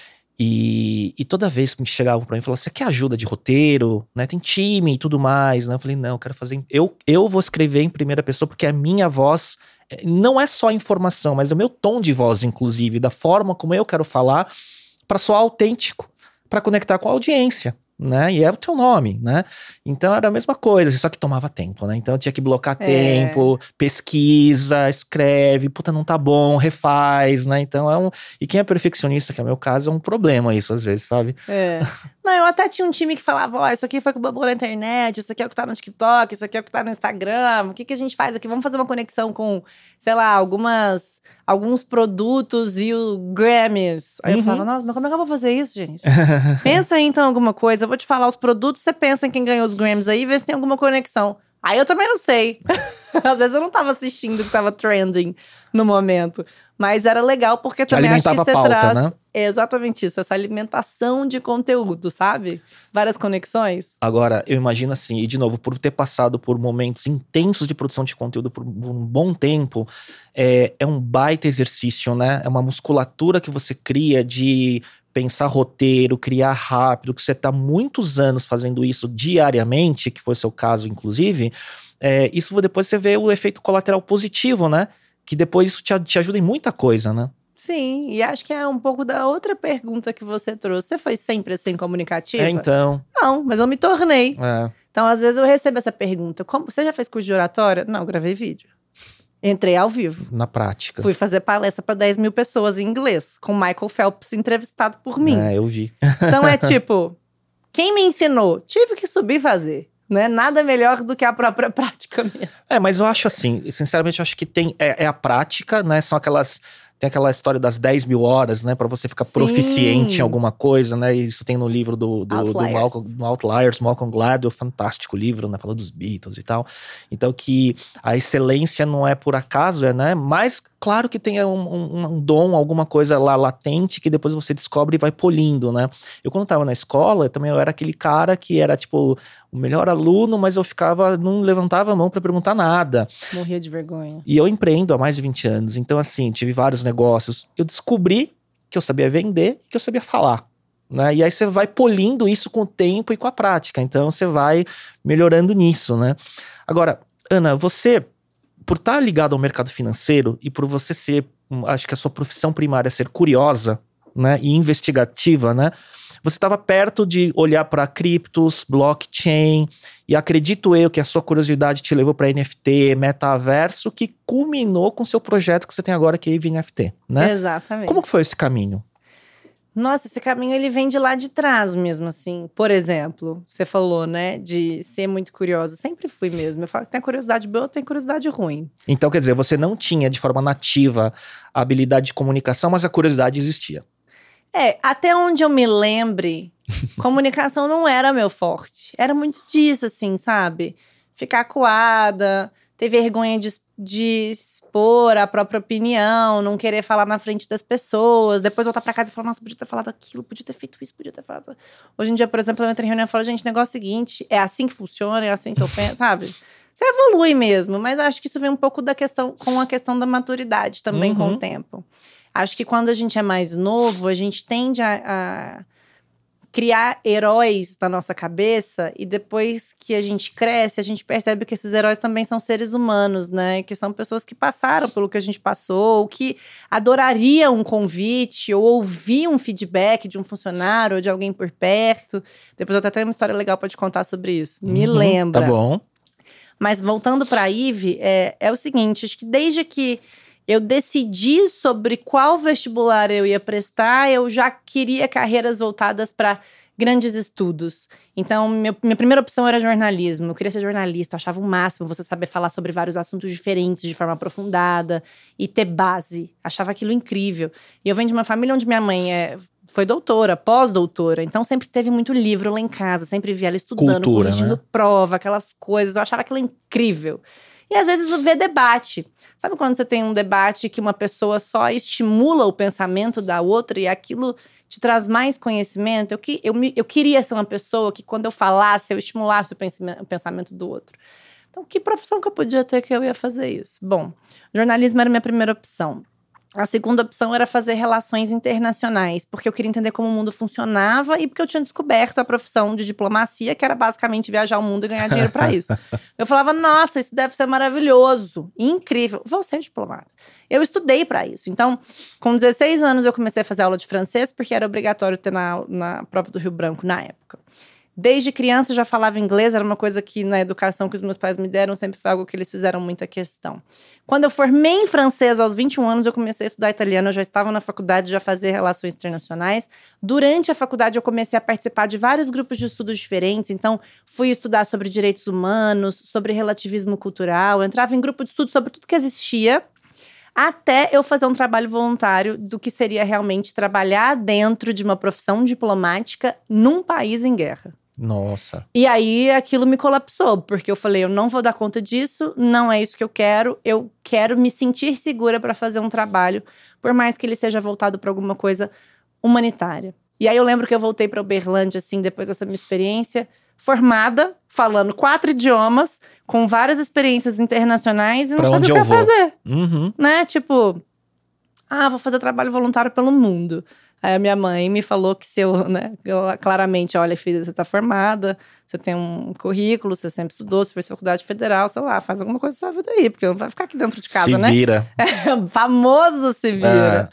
A: E toda vez que me chegavam pra mim, falavam, você quer ajuda de roteiro, né? Tem time e tudo mais, né? Eu falei, não, eu quero fazer… Eu vou escrever em primeira pessoa, porque a minha voz não é só informação, mas é o meu tom de voz, inclusive, da forma como eu quero falar, pra soar autêntico, pra conectar com a audiência, né? E é o teu nome, né? Então era a mesma coisa, só que tomava tempo, né? Então eu tinha que blocar tempo, pesquisa, escreve, puta, não tá bom, refaz, né? Então E quem é perfeccionista, que é o meu caso, é um problema isso às vezes, sabe?
B: Não, eu até tinha um time que falava, ó, isso aqui foi o que babou na internet, isso aqui é o que tá no TikTok, isso aqui é o que tá no Instagram, o que a gente faz aqui? Vamos fazer uma conexão com, sei lá, alguns produtos e o Grammys. Aí eu falava, nossa, mas como é que eu vou fazer isso, gente? Pensa aí então em alguma coisa, eu vou te falar os produtos, você pensa em quem ganhou os Grammys aí, vê se tem alguma conexão. Aí eu também não sei. Às vezes eu não tava assistindo o que tava trending no momento. Mas era legal porque também acho que você
A: pauta,
B: traz…
A: né?
B: É exatamente isso, essa alimentação de conteúdo, sabe? Várias conexões.
A: Agora, eu imagino assim, e de novo, por ter passado por momentos intensos de produção de conteúdo por um bom tempo, é um baita exercício, né? É uma musculatura que você cria de pensar roteiro, criar rápido, que você tá muitos anos fazendo isso diariamente, que foi o seu caso, inclusive, isso depois você vê o efeito colateral positivo, né? Que depois isso te ajuda em muita coisa, né?
B: Sim, e acho que é um pouco da outra pergunta que você trouxe. Você foi sempre assim comunicativa?
A: Então.
B: Não, mas eu me tornei.
A: É.
B: Então, às vezes eu recebo essa pergunta. Você já fez curso de oratória? Não, eu gravei vídeo. Entrei ao vivo.
A: Na prática.
B: Fui fazer palestra para 10 mil pessoas em inglês, com Michael Phelps entrevistado por mim.
A: Eu vi.
B: Então é tipo, quem me ensinou? Tive que subir e fazer. Né? Nada melhor do que a própria prática mesmo.
A: Mas eu acho assim, sinceramente, eu acho que tem a prática, né? São aquelas. Tem aquela história das 10 mil horas, né? Pra você ficar proficiente em alguma coisa, né? Isso tem no livro do Outliers, Malcolm Gladwell, fantástico livro, né? Falando dos Beatles e tal. Então que a excelência não é por acaso, né? Mas claro que tem um dom, alguma coisa lá latente que depois você descobre e vai polindo, né? Eu quando tava na escola, também eu era aquele cara que era tipo o melhor aluno, mas eu não levantava a mão pra perguntar nada.
B: Morria de vergonha.
A: E eu empreendo há mais de 20 anos, então assim, tive vários negócios. Eu descobri que eu sabia vender, que eu sabia falar, né? E aí você vai polindo isso com o tempo e com a prática. Então você vai melhorando nisso, né? Agora, Ana, você, por estar ligado ao mercado financeiro e por você ser, acho que a sua profissão primária é ser curiosa, né? E investigativa, né? Você estava perto de olhar para criptos, blockchain, e acredito eu que a sua curiosidade te levou para NFT, metaverso, que culminou com o seu projeto que você tem agora, que é Eve NFT, né?
B: Exatamente.
A: Como que foi esse caminho?
B: Nossa, esse caminho ele vem de lá de trás mesmo, assim. Por exemplo, você falou, né, de ser muito curiosa. Sempre fui mesmo. Eu falo que tem curiosidade boa, tem curiosidade ruim.
A: Então, quer dizer, você não tinha de forma nativa a habilidade de comunicação, mas a curiosidade existia.
B: Até onde eu me lembre, comunicação não era meu forte. Era muito disso, assim, sabe? Ficar acuada, ter vergonha de expor a própria opinião, não querer falar na frente das pessoas, depois voltar pra casa e falar, nossa, podia ter falado aquilo, podia ter feito isso, podia ter falado. Hoje em dia, por exemplo, eu entro em reunião e falo, gente, o negócio é o seguinte, é assim que funciona, é assim que eu penso, sabe? Você evolui mesmo, mas acho que isso vem um pouco com a questão da maturidade também com o tempo. Acho que quando a gente é mais novo, a gente tende a criar heróis na nossa cabeça e depois que a gente cresce, a gente percebe que esses heróis também são seres humanos, né? Que são pessoas que passaram pelo que a gente passou, ou que adorariam um convite, ou ouvir um feedback de um funcionário ou de alguém por perto. Depois eu até tenho uma história legal para te contar sobre isso. Me lembra.
A: Tá bom.
B: Mas voltando para a Eve, é o seguinte, acho que desde que eu decidi sobre qual vestibular eu ia prestar, eu já queria carreiras voltadas para grandes estudos. Então, minha primeira opção era jornalismo. Eu queria ser jornalista, eu achava o máximo você saber falar sobre vários assuntos diferentes de forma aprofundada e ter base. Achava aquilo incrível. E eu venho de uma família onde minha mãe foi doutora, pós-doutora. Então, sempre teve muito livro lá em casa. Sempre via ela estudando, corrigindo prova, aquelas coisas. Eu achava aquilo incrível. E às vezes ver debate. Sabe quando você tem um debate que uma pessoa só estimula o pensamento da outra e aquilo te traz mais conhecimento? Eu queria ser uma pessoa que quando eu falasse, eu estimulasse o pensamento do outro. Então, que profissão que eu podia ter que eu ia fazer isso? Bom, jornalismo era a minha primeira opção. A segunda opção era fazer relações internacionais, porque eu queria entender como o mundo funcionava e porque eu tinha descoberto a profissão de diplomacia, que era basicamente viajar o mundo e ganhar dinheiro para isso. Eu falava, nossa, isso deve ser maravilhoso, incrível, vou ser diplomata. Eu estudei para isso. Então, com 16 anos eu comecei a fazer aula de francês, porque era obrigatório ter na prova do Rio Branco na época. Desde criança eu já falava inglês, era uma coisa que na educação que os meus pais me deram sempre foi algo que eles fizeram muita questão. Quando eu formei em francês aos 21 anos, eu comecei a estudar italiano, eu já estava na faculdade, já fazia relações internacionais. Durante a faculdade eu comecei a participar de vários grupos de estudos diferentes, então fui estudar sobre direitos humanos, sobre relativismo cultural, eu entrava em grupo de estudo sobre tudo que existia, até eu fazer um trabalho voluntário do que seria realmente trabalhar dentro de uma profissão diplomática num país em guerra.
A: Nossa.
B: E aí aquilo me colapsou, porque eu falei, eu não vou dar conta disso, não é isso que eu quero me sentir segura para fazer um trabalho, por mais que ele seja voltado para alguma coisa humanitária. E aí eu lembro que eu voltei para Uberlândia, assim, depois dessa minha experiência, formada, falando 4 idiomas, com várias experiências internacionais e não sabia o que fazer. Né? Tipo, vou fazer trabalho voluntário pelo mundo. Aí a minha mãe me falou que se eu, né, claramente, olha, filha, você tá formada, você tem um currículo, você sempre estudou, você fez faculdade federal, sei lá, faz alguma coisa da sua vida aí, porque não vai ficar aqui dentro de casa, né?
A: Se vira.
B: Famoso se vira.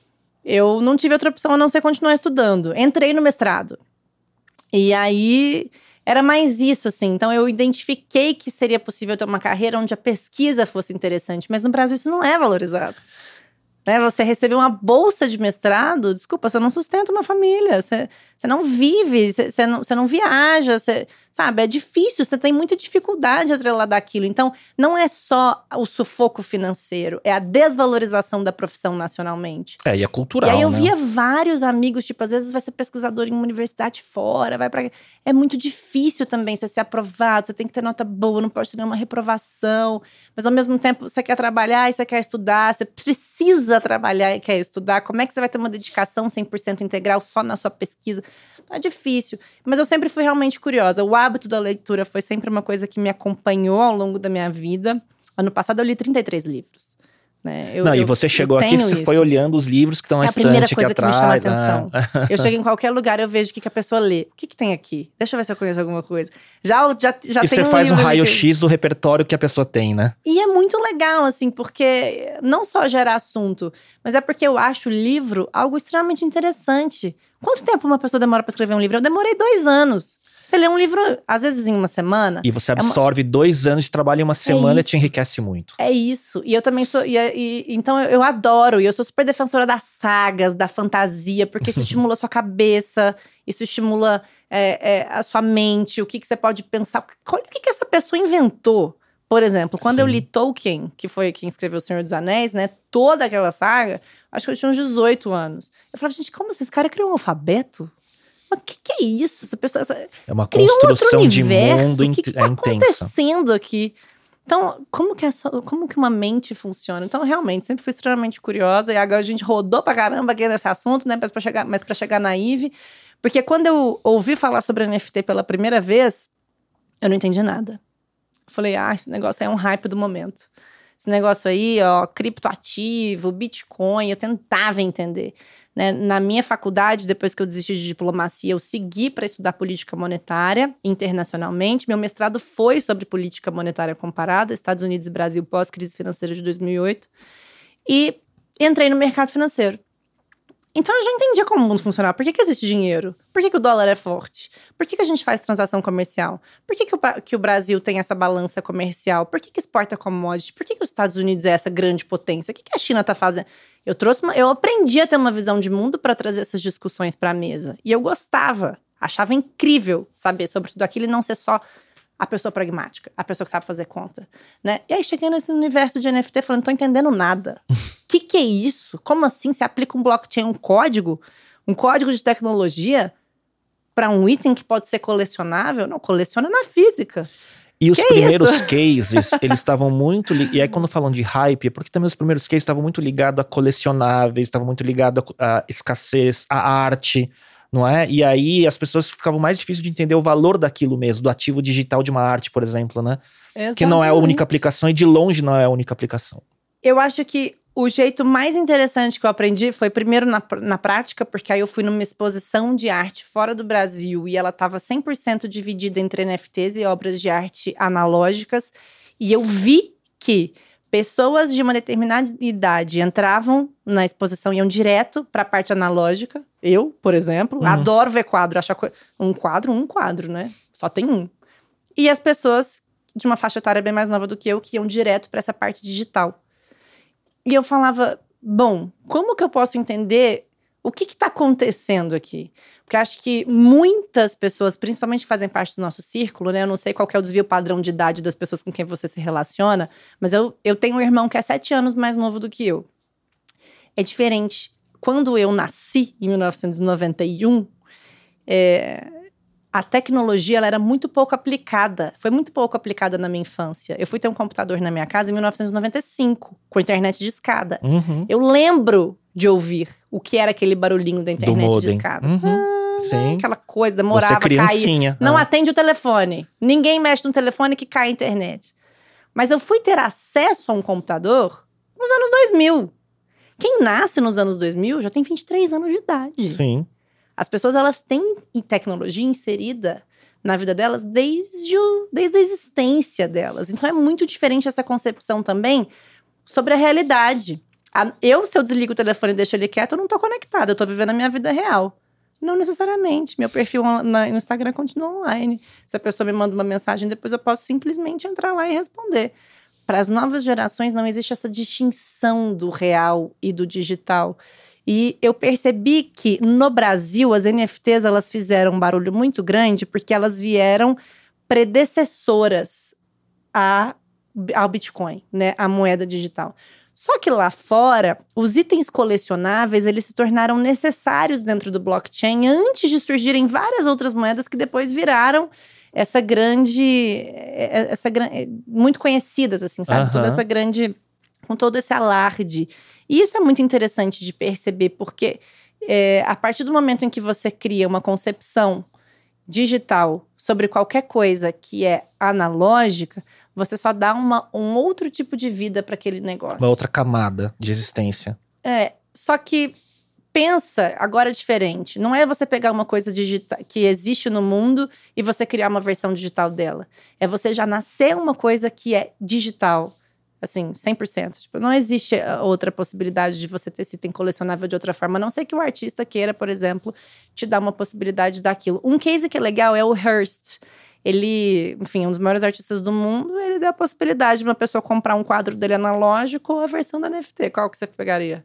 B: Eu não tive outra opção a não ser continuar estudando. Entrei no mestrado. E aí, Era mais isso, assim. Então, eu identifiquei que seria possível ter uma carreira onde a pesquisa fosse interessante. Mas no Brasil isso não é valorizado. Né? Você receber uma bolsa de mestrado, desculpa, você não sustenta uma família. Você não vive, você não viaja, sabe? É difícil, você tem muita dificuldade atrelada daquilo. Então, não é só o sufoco financeiro, é a desvalorização da profissão nacionalmente.
A: E é cultural,
B: E aí eu
A: né?
B: via vários amigos, tipo, às vezes vai ser pesquisador em uma universidade fora, vai pra… É muito difícil também você ser aprovado, você tem que ter nota boa, não pode ter nenhuma reprovação. Mas ao mesmo tempo, você quer trabalhar e você quer estudar, você precisa trabalhar e quer estudar. Como é que você vai ter uma dedicação 100% integral só na sua pesquisa? Então é difícil. Mas eu sempre fui realmente curiosa. O hábito da leitura foi sempre uma coisa que me acompanhou ao longo da minha vida. Ano passado eu li 33 livros. Né?
A: E você chegou aqui, você foi olhando os livros que estão na estante aqui atrás.
B: É a primeira coisa que me chama a atenção. Eu chego em qualquer lugar, eu vejo o que a pessoa lê. O que tem aqui? Deixa eu ver se eu conheço alguma coisa. Já
A: e você faz um raio-x do repertório que a pessoa tem, né?
B: E é muito legal, assim, porque não só gera assunto, mas é porque eu acho o livro algo extremamente interessante. Quanto tempo uma pessoa demora pra escrever um livro? Eu demorei 2 anos. Você lê um livro, às vezes, em uma semana.
A: E você absorve 2 anos de trabalho em uma semana e te enriquece muito.
B: É isso. E eu também sou… então, eu adoro. E eu sou super defensora das sagas, da fantasia. Porque isso estimula a sua cabeça. Isso estimula a sua mente. O que você pode pensar. O que essa pessoa inventou? Por exemplo, quando eu li Tolkien, que foi quem escreveu O Senhor dos Anéis, né? Toda aquela saga, acho que eu tinha uns 18 anos. Eu falava, gente, como assim? Esse cara criou um alfabeto? Mas o que é isso? Essa pessoa…
A: É uma construção de mundo
B: intensa. O que tá acontecendo aqui? Então, como que uma mente funciona? Então, realmente, sempre fui extremamente curiosa. E agora a gente rodou pra caramba aqui nesse assunto, né? Mas pra chegar na Ivy. Porque quando eu ouvi falar sobre NFT pela primeira vez, eu não entendi nada. Eu falei, esse negócio aí é um hype do momento. Esse negócio aí, criptoativo, Bitcoin, eu tentava entender. Né? Na minha faculdade, depois que eu desisti de diplomacia, eu segui para estudar política monetária internacionalmente. Meu mestrado foi sobre política monetária comparada, Estados Unidos e Brasil pós-crise financeira de 2008. E entrei no mercado financeiro. Então eu já entendia como o mundo funcionava. Por que existe dinheiro? Por que o dólar é forte? Por que a gente faz transação comercial? Por que o Brasil tem essa balança comercial? Por que exporta commodity? Por que os Estados Unidos é essa grande potência? O que a China está fazendo? Eu aprendi a ter uma visão de mundo para trazer essas discussões para a mesa. E eu gostava. Achava incrível saber sobre tudo aquilo e não ser só a pessoa pragmática, a pessoa que sabe fazer conta, né? E aí cheguei nesse universo de NFT falando, não tô entendendo nada. O que é isso? Como assim? Você aplica um blockchain, um código de tecnologia para um item que pode ser colecionável? Não, coleciona na física.
A: E os primeiros cases, eles estavam muito… E aí quando falam de hype, é porque também os primeiros cases estavam muito ligados a colecionáveis, estavam muito ligados a escassez, a arte… Não é? E aí as pessoas ficavam mais difícil de entender o valor daquilo mesmo, do ativo digital de uma arte, por exemplo, né?
B: Exatamente.
A: Que não é a única aplicação e de longe não é a única aplicação.
B: Eu acho que o jeito mais interessante que eu aprendi foi primeiro na prática, porque aí eu fui numa exposição de arte fora do Brasil e ela estava 100% dividida entre NFTs e obras de arte analógicas. E eu vi que pessoas de uma determinada idade entravam na exposição, iam direto para a parte analógica. Eu, por exemplo, adoro ver quadro. Acho um quadro, né? Só tem um. E as pessoas de uma faixa etária bem mais nova do que eu, que iam direto para essa parte digital. E eu falava, bom, como que eu posso entender o que está acontecendo aqui? Porque eu acho que muitas pessoas, principalmente que fazem parte do nosso círculo, né? Eu não sei qual que é o desvio padrão de idade das pessoas com quem você se relaciona, mas eu tenho um irmão que é 7 anos mais novo do que eu. É diferente. Quando eu nasci, em 1991, a tecnologia ela era muito pouco aplicada. Foi muito pouco aplicada na minha infância. Eu fui ter um computador na minha casa em 1995, com internet de escada. Eu lembro de ouvir o que era aquele barulhinho da internet de escada.
A: Sim.
B: Aquela coisa, demorava, caía. Não atende o telefone. Ninguém mexe no telefone que cai a internet. Mas eu fui ter acesso a um computador nos anos 2000. Quem nasce nos anos 2000 já tem 23 anos de idade.
A: Sim.
B: As pessoas, elas têm tecnologia inserida na vida delas desde a existência delas. Então, é muito diferente essa concepção também sobre a realidade. Se eu desligo o telefone e deixo ele quieto, eu não tô conectada. Eu tô vivendo a minha vida real. Não necessariamente. Meu perfil no Instagram continua online. Se a pessoa me manda uma mensagem, depois eu posso simplesmente entrar lá e responder. Para as novas gerações, não existe essa distinção do real e do digital. E eu percebi que, no Brasil, as NFTs elas fizeram um barulho muito grande porque elas vieram predecessoras ao Bitcoin, né? A moeda digital. Só que lá fora, os itens colecionáveis, eles se tornaram necessários dentro do blockchain antes de surgirem várias outras moedas que depois viraram muito conhecidas, assim, sabe? Toda essa grande, com todo esse alarde. E isso é muito interessante de perceber, porque a partir do momento em que você cria uma concepção digital sobre qualquer coisa que é analógica, você só dá um outro tipo de vida para aquele negócio.
A: Uma outra camada de existência.
B: Só que pensa agora diferente. Não é você pegar uma coisa digital que existe no mundo e você criar uma versão digital dela. É você já nascer uma coisa que é digital. Assim, 100%. Tipo, não existe outra possibilidade de você ter esse item colecionável de outra forma. A não ser que o artista queira, por exemplo, te dar uma possibilidade daquilo. Um case que é legal é o Hearst. Ele, enfim, um dos maiores artistas do mundo. Ele deu a possibilidade de uma pessoa comprar um quadro dele analógico ou a versão da NFT. Qual que você pegaria?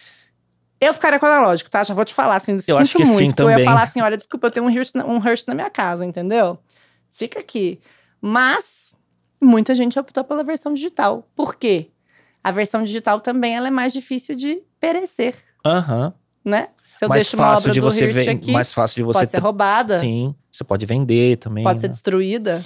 B: Eu ficaria com o analógico, tá? Já vou te falar, assim,
A: eu acho que
B: muito.
A: Sim, também.
B: Eu ia falar assim, olha, desculpa, eu tenho um Hearst na minha casa, entendeu? Fica aqui. Mas muita gente optou pela versão digital. Por quê? A versão digital também ela é mais difícil de perecer. Né? Se eu deixo uma obra do Hirsch aqui,
A: mais fácil de você
B: pode ser roubada.
A: Sim, você pode vender também.
B: Pode ser destruída.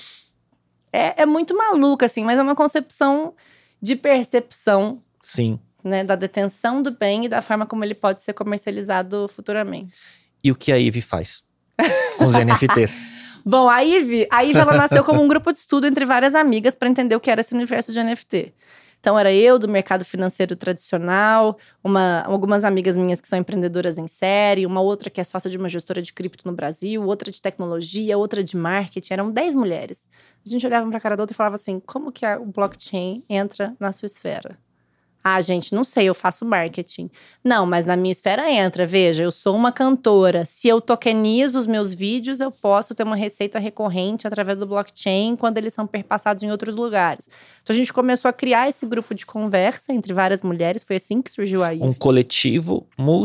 B: É muito maluca, assim, mas é uma concepção de percepção.
A: Sim.
B: Né, da detenção do bem e da forma como ele pode ser comercializado futuramente.
A: E o que a Ivy faz com os NFTs?
B: Bom, a Ivy ela nasceu como um grupo de estudo entre várias amigas para entender o que era esse universo de NFT. Então, era eu do mercado financeiro tradicional, algumas amigas minhas que são empreendedoras em série, uma outra que é sócia de uma gestora de cripto no Brasil, outra de tecnologia, outra de marketing. Eram 10 mulheres. A gente olhava pra cara da outra e falava assim, como que o blockchain entra na sua esfera? Ah, gente, não sei, eu faço marketing. Não, mas na minha esfera entra. Veja, eu sou uma cantora. Se eu tokenizo os meus vídeos, eu posso ter uma receita recorrente através do blockchain quando eles são perpassados em outros lugares. Então, a gente começou a criar esse grupo de conversa entre várias mulheres. Foi assim que surgiu a Ivy.
A: Um coletivo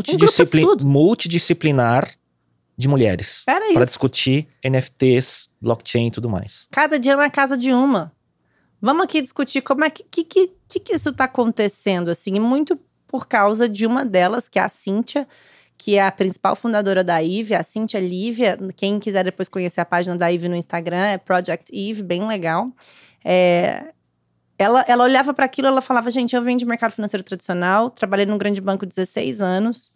A: multidisciplinar de mulheres. Para discutir NFTs, blockchain e tudo mais.
B: Cada dia na casa de uma. Vamos aqui discutir como é que isso tá acontecendo, assim, muito por causa de uma delas, que é a Cíntia, que é a principal fundadora da Ivy, a Cíntia Lívia. Quem quiser depois conhecer a página da Ivy no Instagram, é Project Eve, bem legal. Ela olhava para aquilo e ela falava, gente, eu venho de mercado financeiro tradicional, trabalhei num grande banco 16 anos.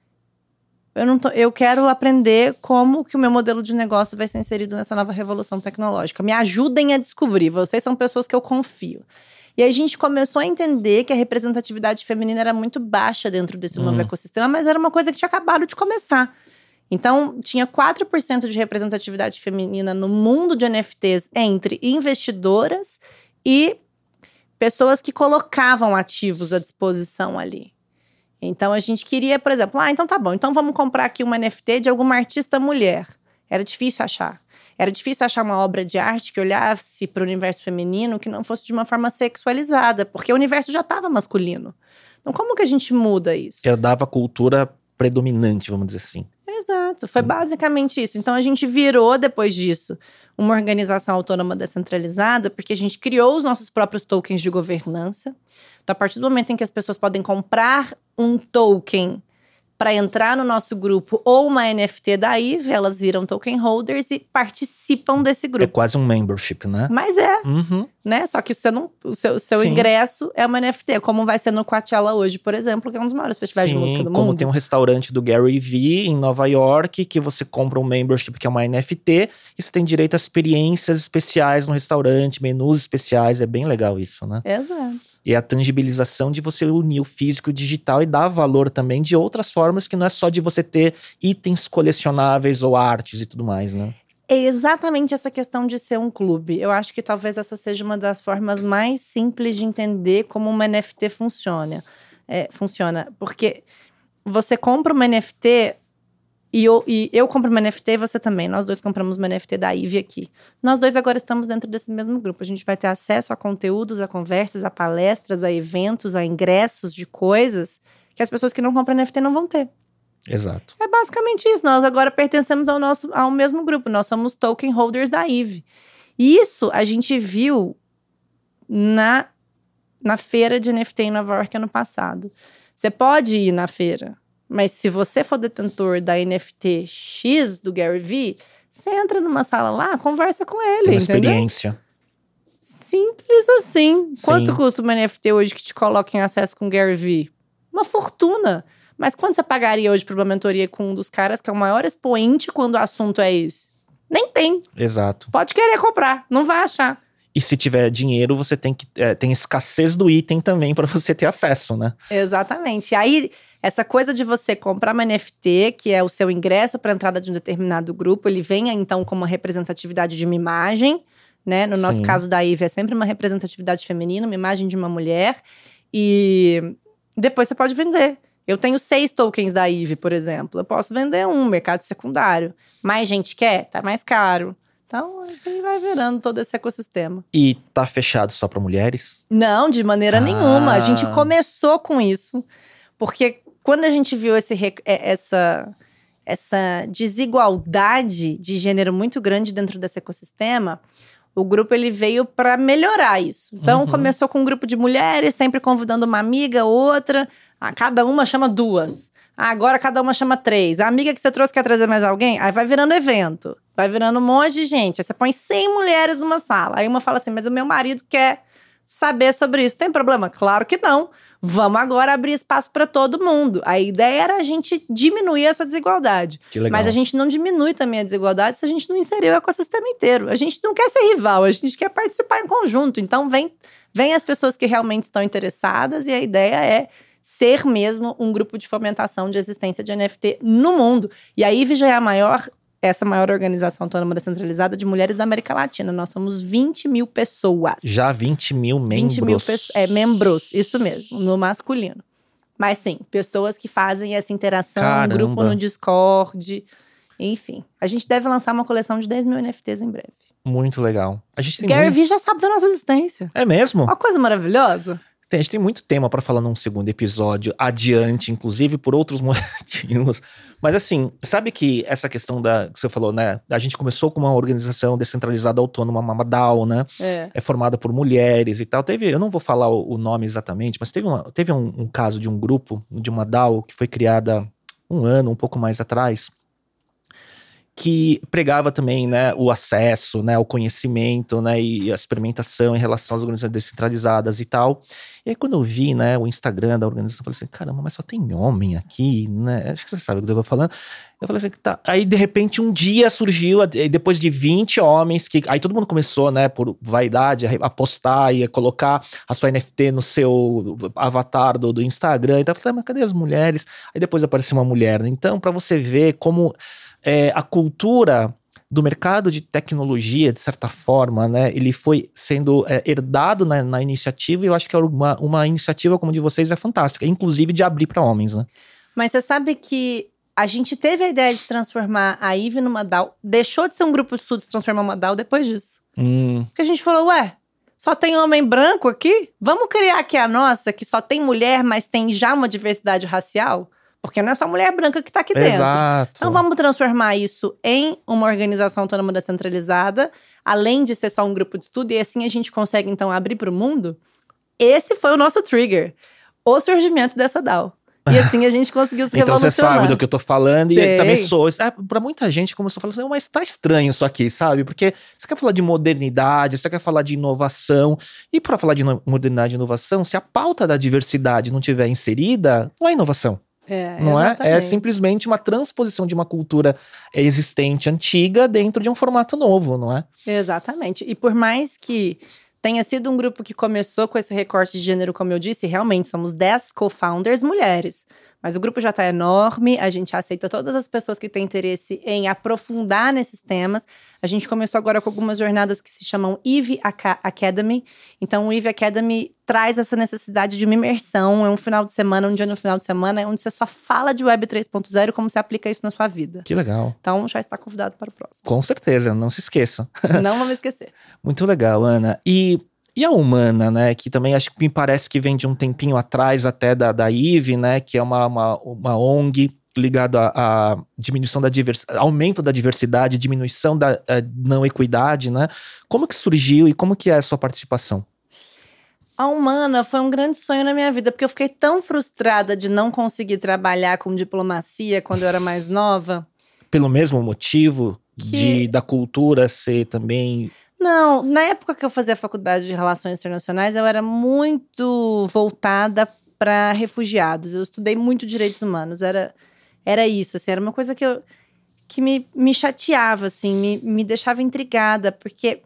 B: Eu quero aprender como que o meu modelo de negócio vai ser inserido nessa nova revolução tecnológica. Me ajudem a descobrir. Vocês são pessoas que eu confio. E aí a gente começou a entender que a representatividade feminina era muito baixa dentro desse novo ecossistema, mas era uma coisa que tinha acabado de começar. Então, tinha 4% de representatividade feminina no mundo de NFTs entre investidoras e pessoas que colocavam ativos à disposição ali. Então, a gente queria, por exemplo, então tá bom, então vamos comprar aqui uma NFT de alguma artista mulher. Era difícil achar. Era difícil achar uma obra de arte que olhasse para o universo feminino que não fosse de uma forma sexualizada, porque o universo já estava masculino. Então, como que a gente muda isso?
A: Herdava a cultura predominante, vamos dizer assim.
B: Exato, foi basicamente isso. Então, a gente virou, depois disso, uma organização autônoma descentralizada, porque a gente criou os nossos próprios tokens de governança. Então, a partir do momento em que as pessoas podem comprar um token para entrar no nosso grupo ou uma NFT da Ivy, elas viram token holders e participam desse grupo.
A: É quase um membership, né?
B: Mas né? Só que o seu ingresso é uma NFT, como vai ser no Coachella hoje, por exemplo, que é um dos maiores festivais de música do mundo.
A: Como tem um restaurante do Gary Vee em Nova York, que você compra um membership, que é uma NFT, e você tem direito a experiências especiais no restaurante, menus especiais, é bem legal isso, né?
B: Exato.
A: E a tangibilização de você unir o físico e o digital e dar valor também de outras formas, que não é só de você ter itens colecionáveis ou artes e tudo mais, né?
B: É exatamente essa questão de ser um clube. Eu acho que talvez essa seja uma das formas mais simples de entender como uma NFT funciona. Funciona. Porque você compra uma NFT E eu compro uma NFT e você também. Nós dois compramos uma NFT da Ivy aqui. Nós dois agora estamos dentro desse mesmo grupo. A gente vai ter acesso a conteúdos, a conversas, a palestras, a eventos, a ingressos de coisas que as pessoas que não compram NFT não vão ter.
A: Exato.
B: É basicamente isso. Nós agora pertencemos ao mesmo grupo. Nós somos token holders da Eve. E isso a gente viu na feira de NFT em Nova York ano passado. Você pode ir na feira, mas se você for detentor da NFT X do Gary Vee, você entra numa sala lá, conversa com ele,
A: Tem uma
B: entendeu?
A: experiência.
B: Simples assim.
A: Sim.
B: Quanto custa uma NFT hoje que te coloca em acesso com o Gary Vee? Uma fortuna. Mas quanto você pagaria hoje por uma mentoria com um dos caras que é o maior expoente quando o assunto é esse? Nem tem.
A: Exato.
B: Pode querer comprar, não vai achar.
A: E se tiver dinheiro, você tem escassez do item também para você ter acesso, né?
B: Exatamente. E aí, essa coisa de você comprar uma NFT, que é o seu ingresso para a entrada de um determinado grupo, ele vem então com uma representatividade de uma imagem, né? No nosso caso da Ivy, é sempre uma representatividade feminina, uma imagem de uma mulher. E depois você pode vender. Eu tenho 6 tokens da Ivy, por exemplo. Eu posso vender um, mercado secundário. Mais gente quer? Tá mais caro. Então, assim vai virando todo esse ecossistema.
A: E tá fechado só para mulheres?
B: Não, de maneira nenhuma. A gente começou com isso. Porque quando a gente viu essa desigualdade de gênero muito grande dentro desse ecossistema, o grupo ele veio para melhorar isso. Então, começou com um grupo de mulheres, sempre convidando uma amiga, outra. Cada uma chama 2. Agora cada uma chama 3. A amiga que você trouxe quer trazer mais alguém? Aí vai virando evento. Vai virando um monte de gente. Aí você põe 100 mulheres numa sala. Aí uma fala assim, mas o meu marido quer saber sobre isso. Tem problema? Claro que não. Vamos agora abrir espaço para todo mundo. A ideia era a gente diminuir essa desigualdade.
A: Que legal.
B: Mas a gente não diminui também a desigualdade se a gente não inserir o ecossistema inteiro. A gente não quer ser rival, a gente quer participar em conjunto. Então vem as pessoas que realmente estão interessadas e a ideia é ser mesmo um grupo de fomentação de existência de NFT no mundo. E a Ivy já é essa maior organização autônoma descentralizada de mulheres da América Latina. Nós somos 20 mil pessoas.
A: Já 20 mil membros.
B: 20 mil membros, isso mesmo, no masculino. Mas sim, pessoas que fazem essa interação,
A: Caramba.
B: grupo no Discord, enfim. A gente deve lançar uma coleção de 10 mil NFTs em breve.
A: Muito legal. A gente tem
B: Gary Vee já sabe da nossa existência.
A: É mesmo?
B: Uma coisa maravilhosa.
A: A gente tem muito tema para falar num segundo episódio, adiante, inclusive por outros motivos. Mas assim, sabe que essa questão que você falou, né? A gente começou com uma organização descentralizada autônoma, uma DAO, né? É formada por mulheres e tal. Eu não vou falar o nome exatamente, mas teve um caso de um grupo, de uma DAO que foi criada um pouco mais atrás, que pregava também, né, o acesso, né, o conhecimento, né, e a experimentação em relação às organizações descentralizadas e tal. E aí quando eu vi, né, o Instagram da organização, eu falei assim, caramba, mas só tem homem aqui, né? Acho que você sabe o que eu tô falando. Eu falei assim, tá. Aí de repente um dia surgiu, depois de 20 homens, aí todo mundo começou, né, por vaidade, a postar e a colocar a sua NFT no seu avatar do Instagram. Então eu falei, mas cadê as mulheres? Aí depois apareceu uma mulher. Então, para você ver como a cultura do mercado de tecnologia, de certa forma, né, ele foi sendo herdado na iniciativa, e eu acho que uma iniciativa como a de vocês é fantástica, inclusive de abrir para homens, né?
B: Mas você sabe que a gente teve a ideia de transformar a Ivy numa DAO, deixou de ser um grupo de estudos e transformar uma DAO depois disso. Porque a gente falou, só tem homem branco aqui? Vamos criar aqui a nossa, que só tem mulher, mas tem já uma diversidade racial? Porque não é só mulher branca que tá aqui dentro.
A: Exato.
B: Então vamos transformar isso em uma organização autônoma descentralizada, além de ser só um grupo de estudo, e assim a gente consegue então abrir para o mundo. Esse foi o nosso trigger, o surgimento dessa DAO. E assim a gente conseguiu se revolucionar.
A: Então você sabe do que eu tô falando.
B: Sei.
A: E também sou. Pra muita gente começou a falar assim, mas tá estranho isso aqui, sabe? Porque você quer falar de modernidade, você quer falar de inovação. E para falar de modernidade e inovação, se a pauta da diversidade não tiver inserida, não é inovação. Não é? É simplesmente uma transposição de uma cultura existente, antiga, dentro de um formato novo, não é?
B: Exatamente. E por mais que tenha sido um grupo que começou com esse recorte de gênero, como eu disse, realmente somos 10 co-founders mulheres. Mas o grupo já está enorme, a gente aceita todas as pessoas que têm interesse em aprofundar nesses temas. A gente começou agora com algumas jornadas que se chamam EVE Academy. Então, o EVE Academy traz essa necessidade de uma imersão. É um final de semana, um dia no final de semana, onde você só fala de Web 3.0 e como você aplica isso na sua vida.
A: Que legal.
B: Então, já está convidado para o próximo.
A: Com certeza, não se esqueça.
B: Não vamos esquecer.
A: Muito legal, Ana. E a Humana, né, que também acho que me parece que vem de um tempinho atrás até da IVE, né, que é uma ONG ligada à diminuição da aumento da diversidade, diminuição da não equidade, né? Como que surgiu e como que é a sua participação?
B: A Humana foi um grande sonho na minha vida, porque eu fiquei tão frustrada de não conseguir trabalhar com diplomacia quando eu era mais nova.
A: Pelo mesmo motivo da cultura ser também...
B: Não, na época que eu fazia a faculdade de Relações Internacionais, eu era muito voltada para refugiados. Eu estudei muito direitos humanos, era isso, assim, era uma coisa que me chateava, assim, me deixava intrigada, porque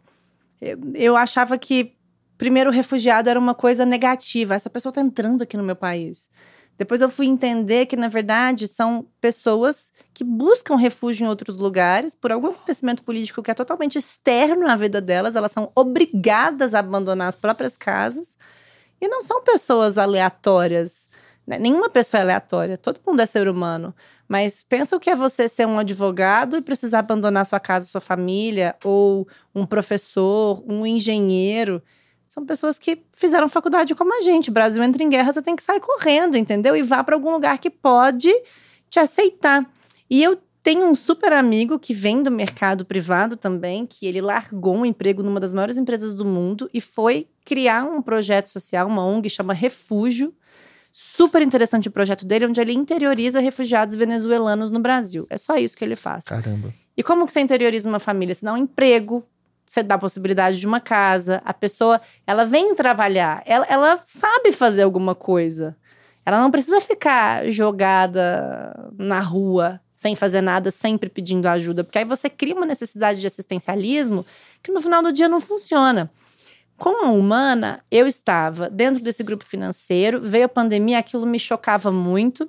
B: eu achava que, primeiro, o refugiado era uma coisa negativa. Essa pessoa está entrando aqui no meu país. Depois eu fui entender que, na verdade, são pessoas que buscam refúgio em outros lugares por algum acontecimento político que é totalmente externo à vida delas. Elas são obrigadas a abandonar as próprias casas. E não são pessoas aleatórias, né? Nenhuma pessoa é aleatória. Todo mundo é ser humano. Mas pensa o que é você ser um advogado e precisar abandonar sua casa, sua família, ou um professor, um engenheiro. São pessoas que fizeram faculdade como a gente. O Brasil entra em guerra, você tem que sair correndo, entendeu? E vá para algum lugar que pode te aceitar. E eu tenho um super amigo que vem do mercado privado também, que ele largou um emprego numa das maiores empresas do mundo e foi criar um projeto social, uma ONG, chama Refúgio. Super interessante o projeto dele, onde ele interioriza refugiados venezuelanos no Brasil. É só isso que ele faz.
A: Caramba.
B: E como que você interioriza uma família? Você dá um emprego, você dá a possibilidade de uma casa, a pessoa, ela vem trabalhar, ela sabe fazer alguma coisa. Ela não precisa ficar jogada na rua, sem fazer nada, sempre pedindo ajuda. Porque aí você cria uma necessidade de assistencialismo que no final do dia não funciona. Com a Humana, eu estava dentro desse grupo financeiro, veio a pandemia, aquilo me chocava muito.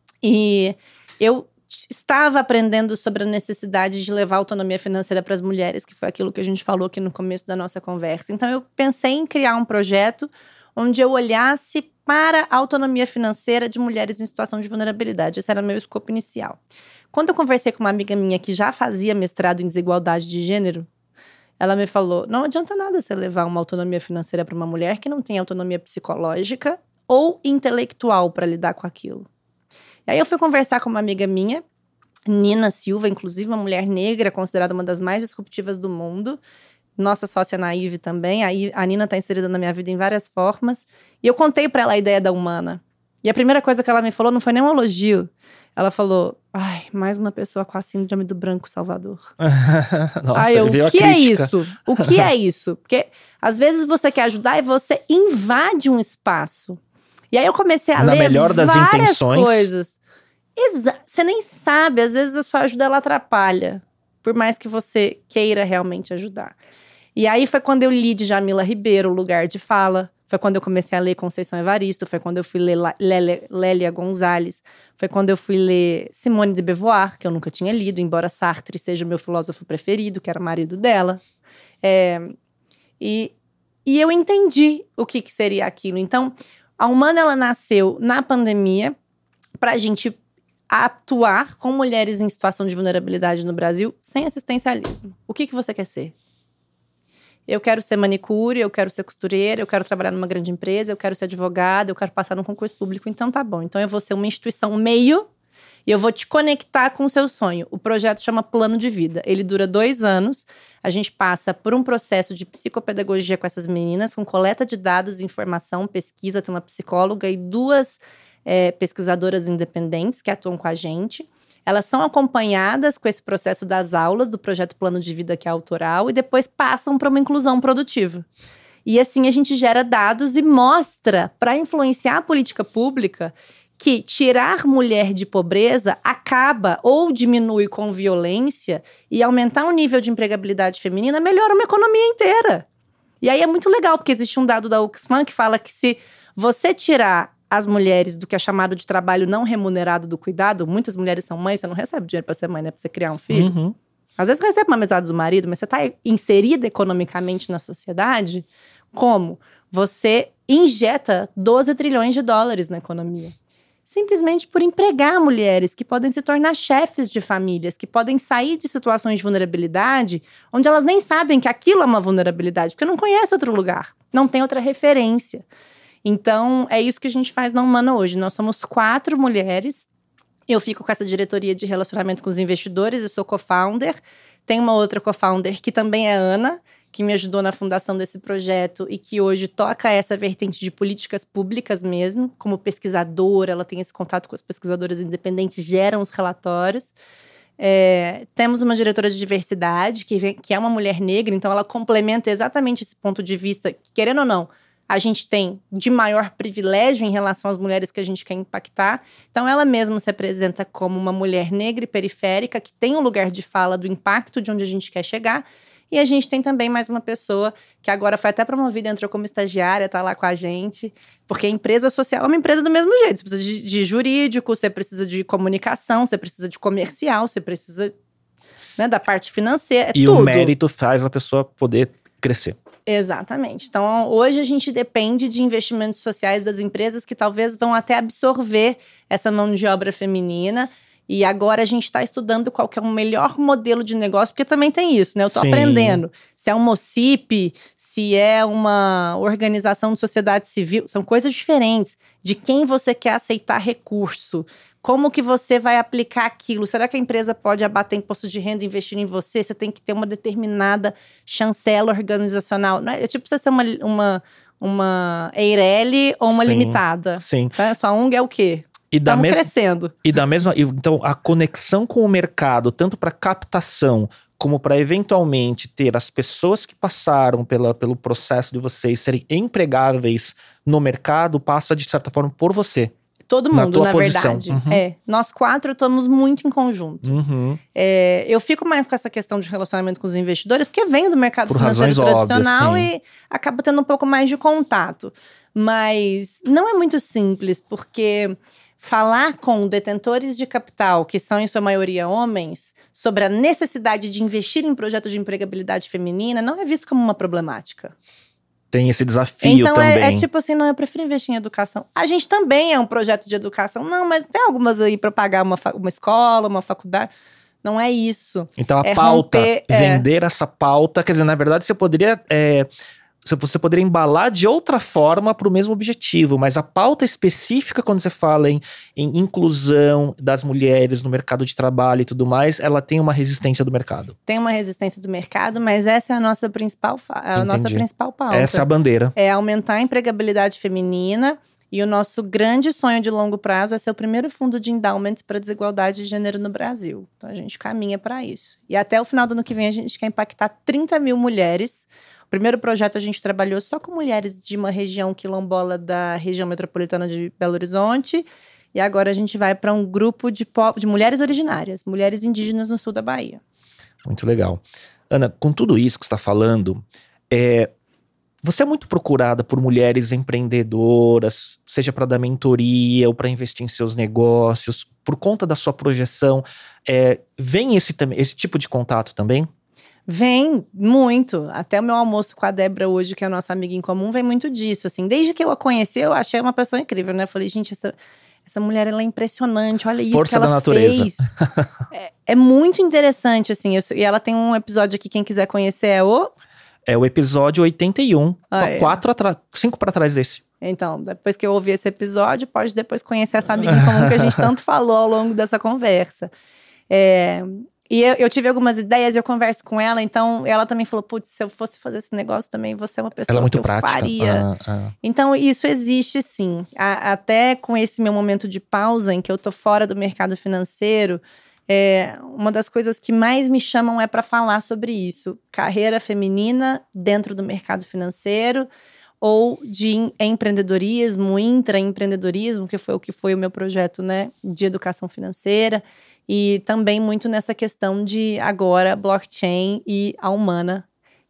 B: E eu estava aprendendo sobre a necessidade de levar autonomia financeira para as mulheres, que foi aquilo que a gente falou aqui no começo da nossa conversa. Então, eu pensei em criar um projeto onde eu olhasse para a autonomia financeira de mulheres em situação de vulnerabilidade. Esse era o meu escopo inicial. Quando eu conversei com uma amiga minha que já fazia mestrado em desigualdade de gênero, ela me falou, não adianta nada você levar uma autonomia financeira para uma mulher que não tem autonomia psicológica ou intelectual para lidar com aquilo. E aí eu fui conversar com uma amiga minha, Nina Silva, inclusive uma mulher negra, considerada uma das mais disruptivas do mundo. Nossa sócia na IVE também. A Nina está inserida na minha vida em várias formas. E eu contei para ela a ideia da Humana. E a primeira coisa que ela me falou não foi nem um elogio. Ela falou, ai, mais uma pessoa com a síndrome do branco Salvador.
A: Nossa,
B: ai,
A: veio
B: o
A: a
B: que
A: crítica.
B: É isso? O que é isso? Porque às vezes você quer ajudar e você invade um espaço. E aí eu comecei a ler
A: melhor das
B: várias
A: intenções.
B: coisas. Você nem sabe, às vezes a sua ajuda ela atrapalha. Por mais que você queira realmente ajudar. E aí foi quando eu li de Jamila Ribeiro, O Lugar de Fala. Foi quando eu comecei a ler Conceição Evaristo. Foi quando eu fui ler Lélia Gonzalez. Foi quando eu fui ler Simone de Beauvoir, que eu nunca tinha lido, embora Sartre seja o meu filósofo preferido, que era o marido dela. E eu entendi o que seria aquilo. Então, a Humana, ela nasceu na pandemia pra gente atuar com mulheres em situação de vulnerabilidade no Brasil sem assistencialismo. O que você quer ser? Eu quero ser manicure, eu quero ser costureira, eu quero trabalhar numa grande empresa, eu quero ser advogada, eu quero passar num concurso público. Então tá bom. Então eu vou ser uma instituição meio e eu vou te conectar com o seu sonho. O projeto chama Plano de Vida. Ele dura 2 anos. A gente passa por um processo de psicopedagogia com essas meninas, com coleta de dados, informação, pesquisa. Tem uma psicóloga e 2 pesquisadoras independentes que atuam com a gente. Elas são acompanhadas com esse processo das aulas do projeto Plano de Vida, que é autoral, e depois passam para uma inclusão produtiva. E assim a gente gera dados e mostra, para influenciar a política pública, que tirar mulher de pobreza acaba ou diminui com violência e aumentar o nível de empregabilidade feminina melhora uma economia inteira. E aí é muito legal, porque existe um dado da Oxfam que fala que se você tirar as mulheres do que é chamado de trabalho não remunerado do cuidado. Muitas mulheres são mães, você não recebe dinheiro para ser mãe, né? Para você criar um filho.
A: Uhum.
B: Às vezes recebe uma mesada do marido, mas você está inserida economicamente na sociedade. Como? Você injeta 12 trilhões de dólares na economia. Simplesmente por empregar mulheres que podem se tornar chefes de famílias, que podem sair de situações de vulnerabilidade, onde elas nem sabem que aquilo é uma vulnerabilidade, porque não conhece outro lugar, não tem outra referência. Então, é isso que a gente faz na Humana hoje. Nós somos 4 mulheres. Eu fico com essa diretoria de relacionamento com os investidores, eu sou co-founder. Tem uma outra co-founder que também é Ana, que me ajudou na fundação desse projeto e que hoje toca essa vertente de políticas públicas mesmo. Como pesquisadora, ela tem esse contato com as pesquisadoras independentes, geram os relatórios. Temos uma diretora de diversidade, que é uma mulher negra, então ela complementa exatamente esse ponto de vista, que, querendo ou não, a gente tem de maior privilégio em relação às mulheres que a gente quer impactar. Então, ela mesma se apresenta como uma mulher negra e periférica que tem um lugar de fala do impacto de onde a gente quer chegar. E a gente tem também mais uma pessoa que agora foi até promovida, entrou como estagiária, tá lá com a gente. Porque a empresa social é uma empresa do mesmo jeito. Você precisa de jurídico, você precisa de comunicação, você precisa de comercial, você precisa, né, da parte financeira,
A: E
B: tudo.
A: o mérito faz a pessoa poder crescer.
B: Exatamente. Então, hoje a gente depende de investimentos sociais das empresas que talvez vão até absorver essa mão de obra feminina. E agora a gente está estudando qual que é o melhor modelo de negócio, porque também tem isso, né? Eu tô aprendendo. Se é uma OCIP, se é uma organização de sociedade civil, são coisas diferentes. De quem você quer aceitar recurso. Como que você vai aplicar aquilo? Será que a empresa pode abater imposto de renda e investir em você? Você tem que ter uma determinada chancela organizacional. Não é tipo você ser uma Eireli ou uma limitada.
A: Sim.
B: Tá? Sua ONG é o quê?
A: Estamos
B: crescendo.
A: Então, a conexão com o mercado, tanto para captação, como para eventualmente ter as pessoas que passaram pelo processo de vocês serem empregáveis no mercado, passa, de certa forma, por você.
B: Todo mundo, na
A: posição.
B: verdade. Nós 4 estamos muito em conjunto. Eu fico mais com essa questão de relacionamento com os investidores, porque venho do mercado financeiro tradicional e acabo tendo um pouco mais de contato. Mas não é muito simples, porque falar com detentores de capital, que são em sua maioria homens, sobre a necessidade de investir em projetos de empregabilidade feminina, não é visto como uma problemática.
A: Tem esse desafio também.
B: Então, é tipo assim, não, eu prefiro investir em educação. A gente também é um projeto de educação. Não, mas tem algumas aí para pagar uma escola, uma faculdade. Não é isso.
A: Então, a pauta, vender essa pauta… Quer dizer, na verdade, você poderia embalar de outra forma para o mesmo objetivo. Mas a pauta específica, quando você fala em inclusão das mulheres no mercado de trabalho e tudo mais, ela tem uma resistência do mercado.
B: Tem uma resistência do mercado, mas essa é a nossa principal pauta.
A: Essa é a bandeira.
B: É aumentar a empregabilidade feminina. E o nosso grande sonho de longo prazo é ser o primeiro fundo de endowment para desigualdade de gênero no Brasil. Então, a gente caminha para isso. E até o final do ano que vem, a gente quer impactar 30 mil mulheres. O primeiro projeto a gente trabalhou só com mulheres de uma região quilombola da região metropolitana de Belo Horizonte. E agora a gente vai para um grupo de mulheres originárias, mulheres indígenas no sul da Bahia.
A: Muito legal. Ana, com tudo isso que você está falando, você é muito procurada por mulheres empreendedoras, seja para dar mentoria ou para investir em seus negócios, por conta da sua projeção. Vem esse tipo de contato também?
B: Vem muito. Até o meu almoço com a Débora hoje, que é a nossa amiga em comum, vem muito disso. Assim, desde que eu a conheci, eu achei uma pessoa incrível, né? Eu falei, gente, essa mulher, ela é impressionante. Olha isso
A: Força
B: que ela
A: da natureza.
B: fez. É muito interessante, assim. E ela tem um episódio aqui, quem quiser conhecer,
A: É o episódio 81, 5 para trás desse.
B: Então, depois que eu ouvi esse episódio, pode depois conhecer essa amiga em comum que a gente tanto falou ao longo dessa conversa. E eu tive algumas ideias, eu converso com ela, então ela também falou, putz, se eu fosse fazer esse negócio também, você é uma pessoa
A: ela é muito
B: que eu
A: prática.
B: faria. Então, isso existe sim. Até com esse meu momento de pausa, em que eu tô fora do mercado financeiro, uma das coisas que mais me chamam é para falar sobre isso. Carreira feminina dentro do mercado financeiro ou de empreendedorismo, intraempreendedorismo, que foi o meu projeto, né, de educação financeira. E também muito nessa questão de agora blockchain e a Humana,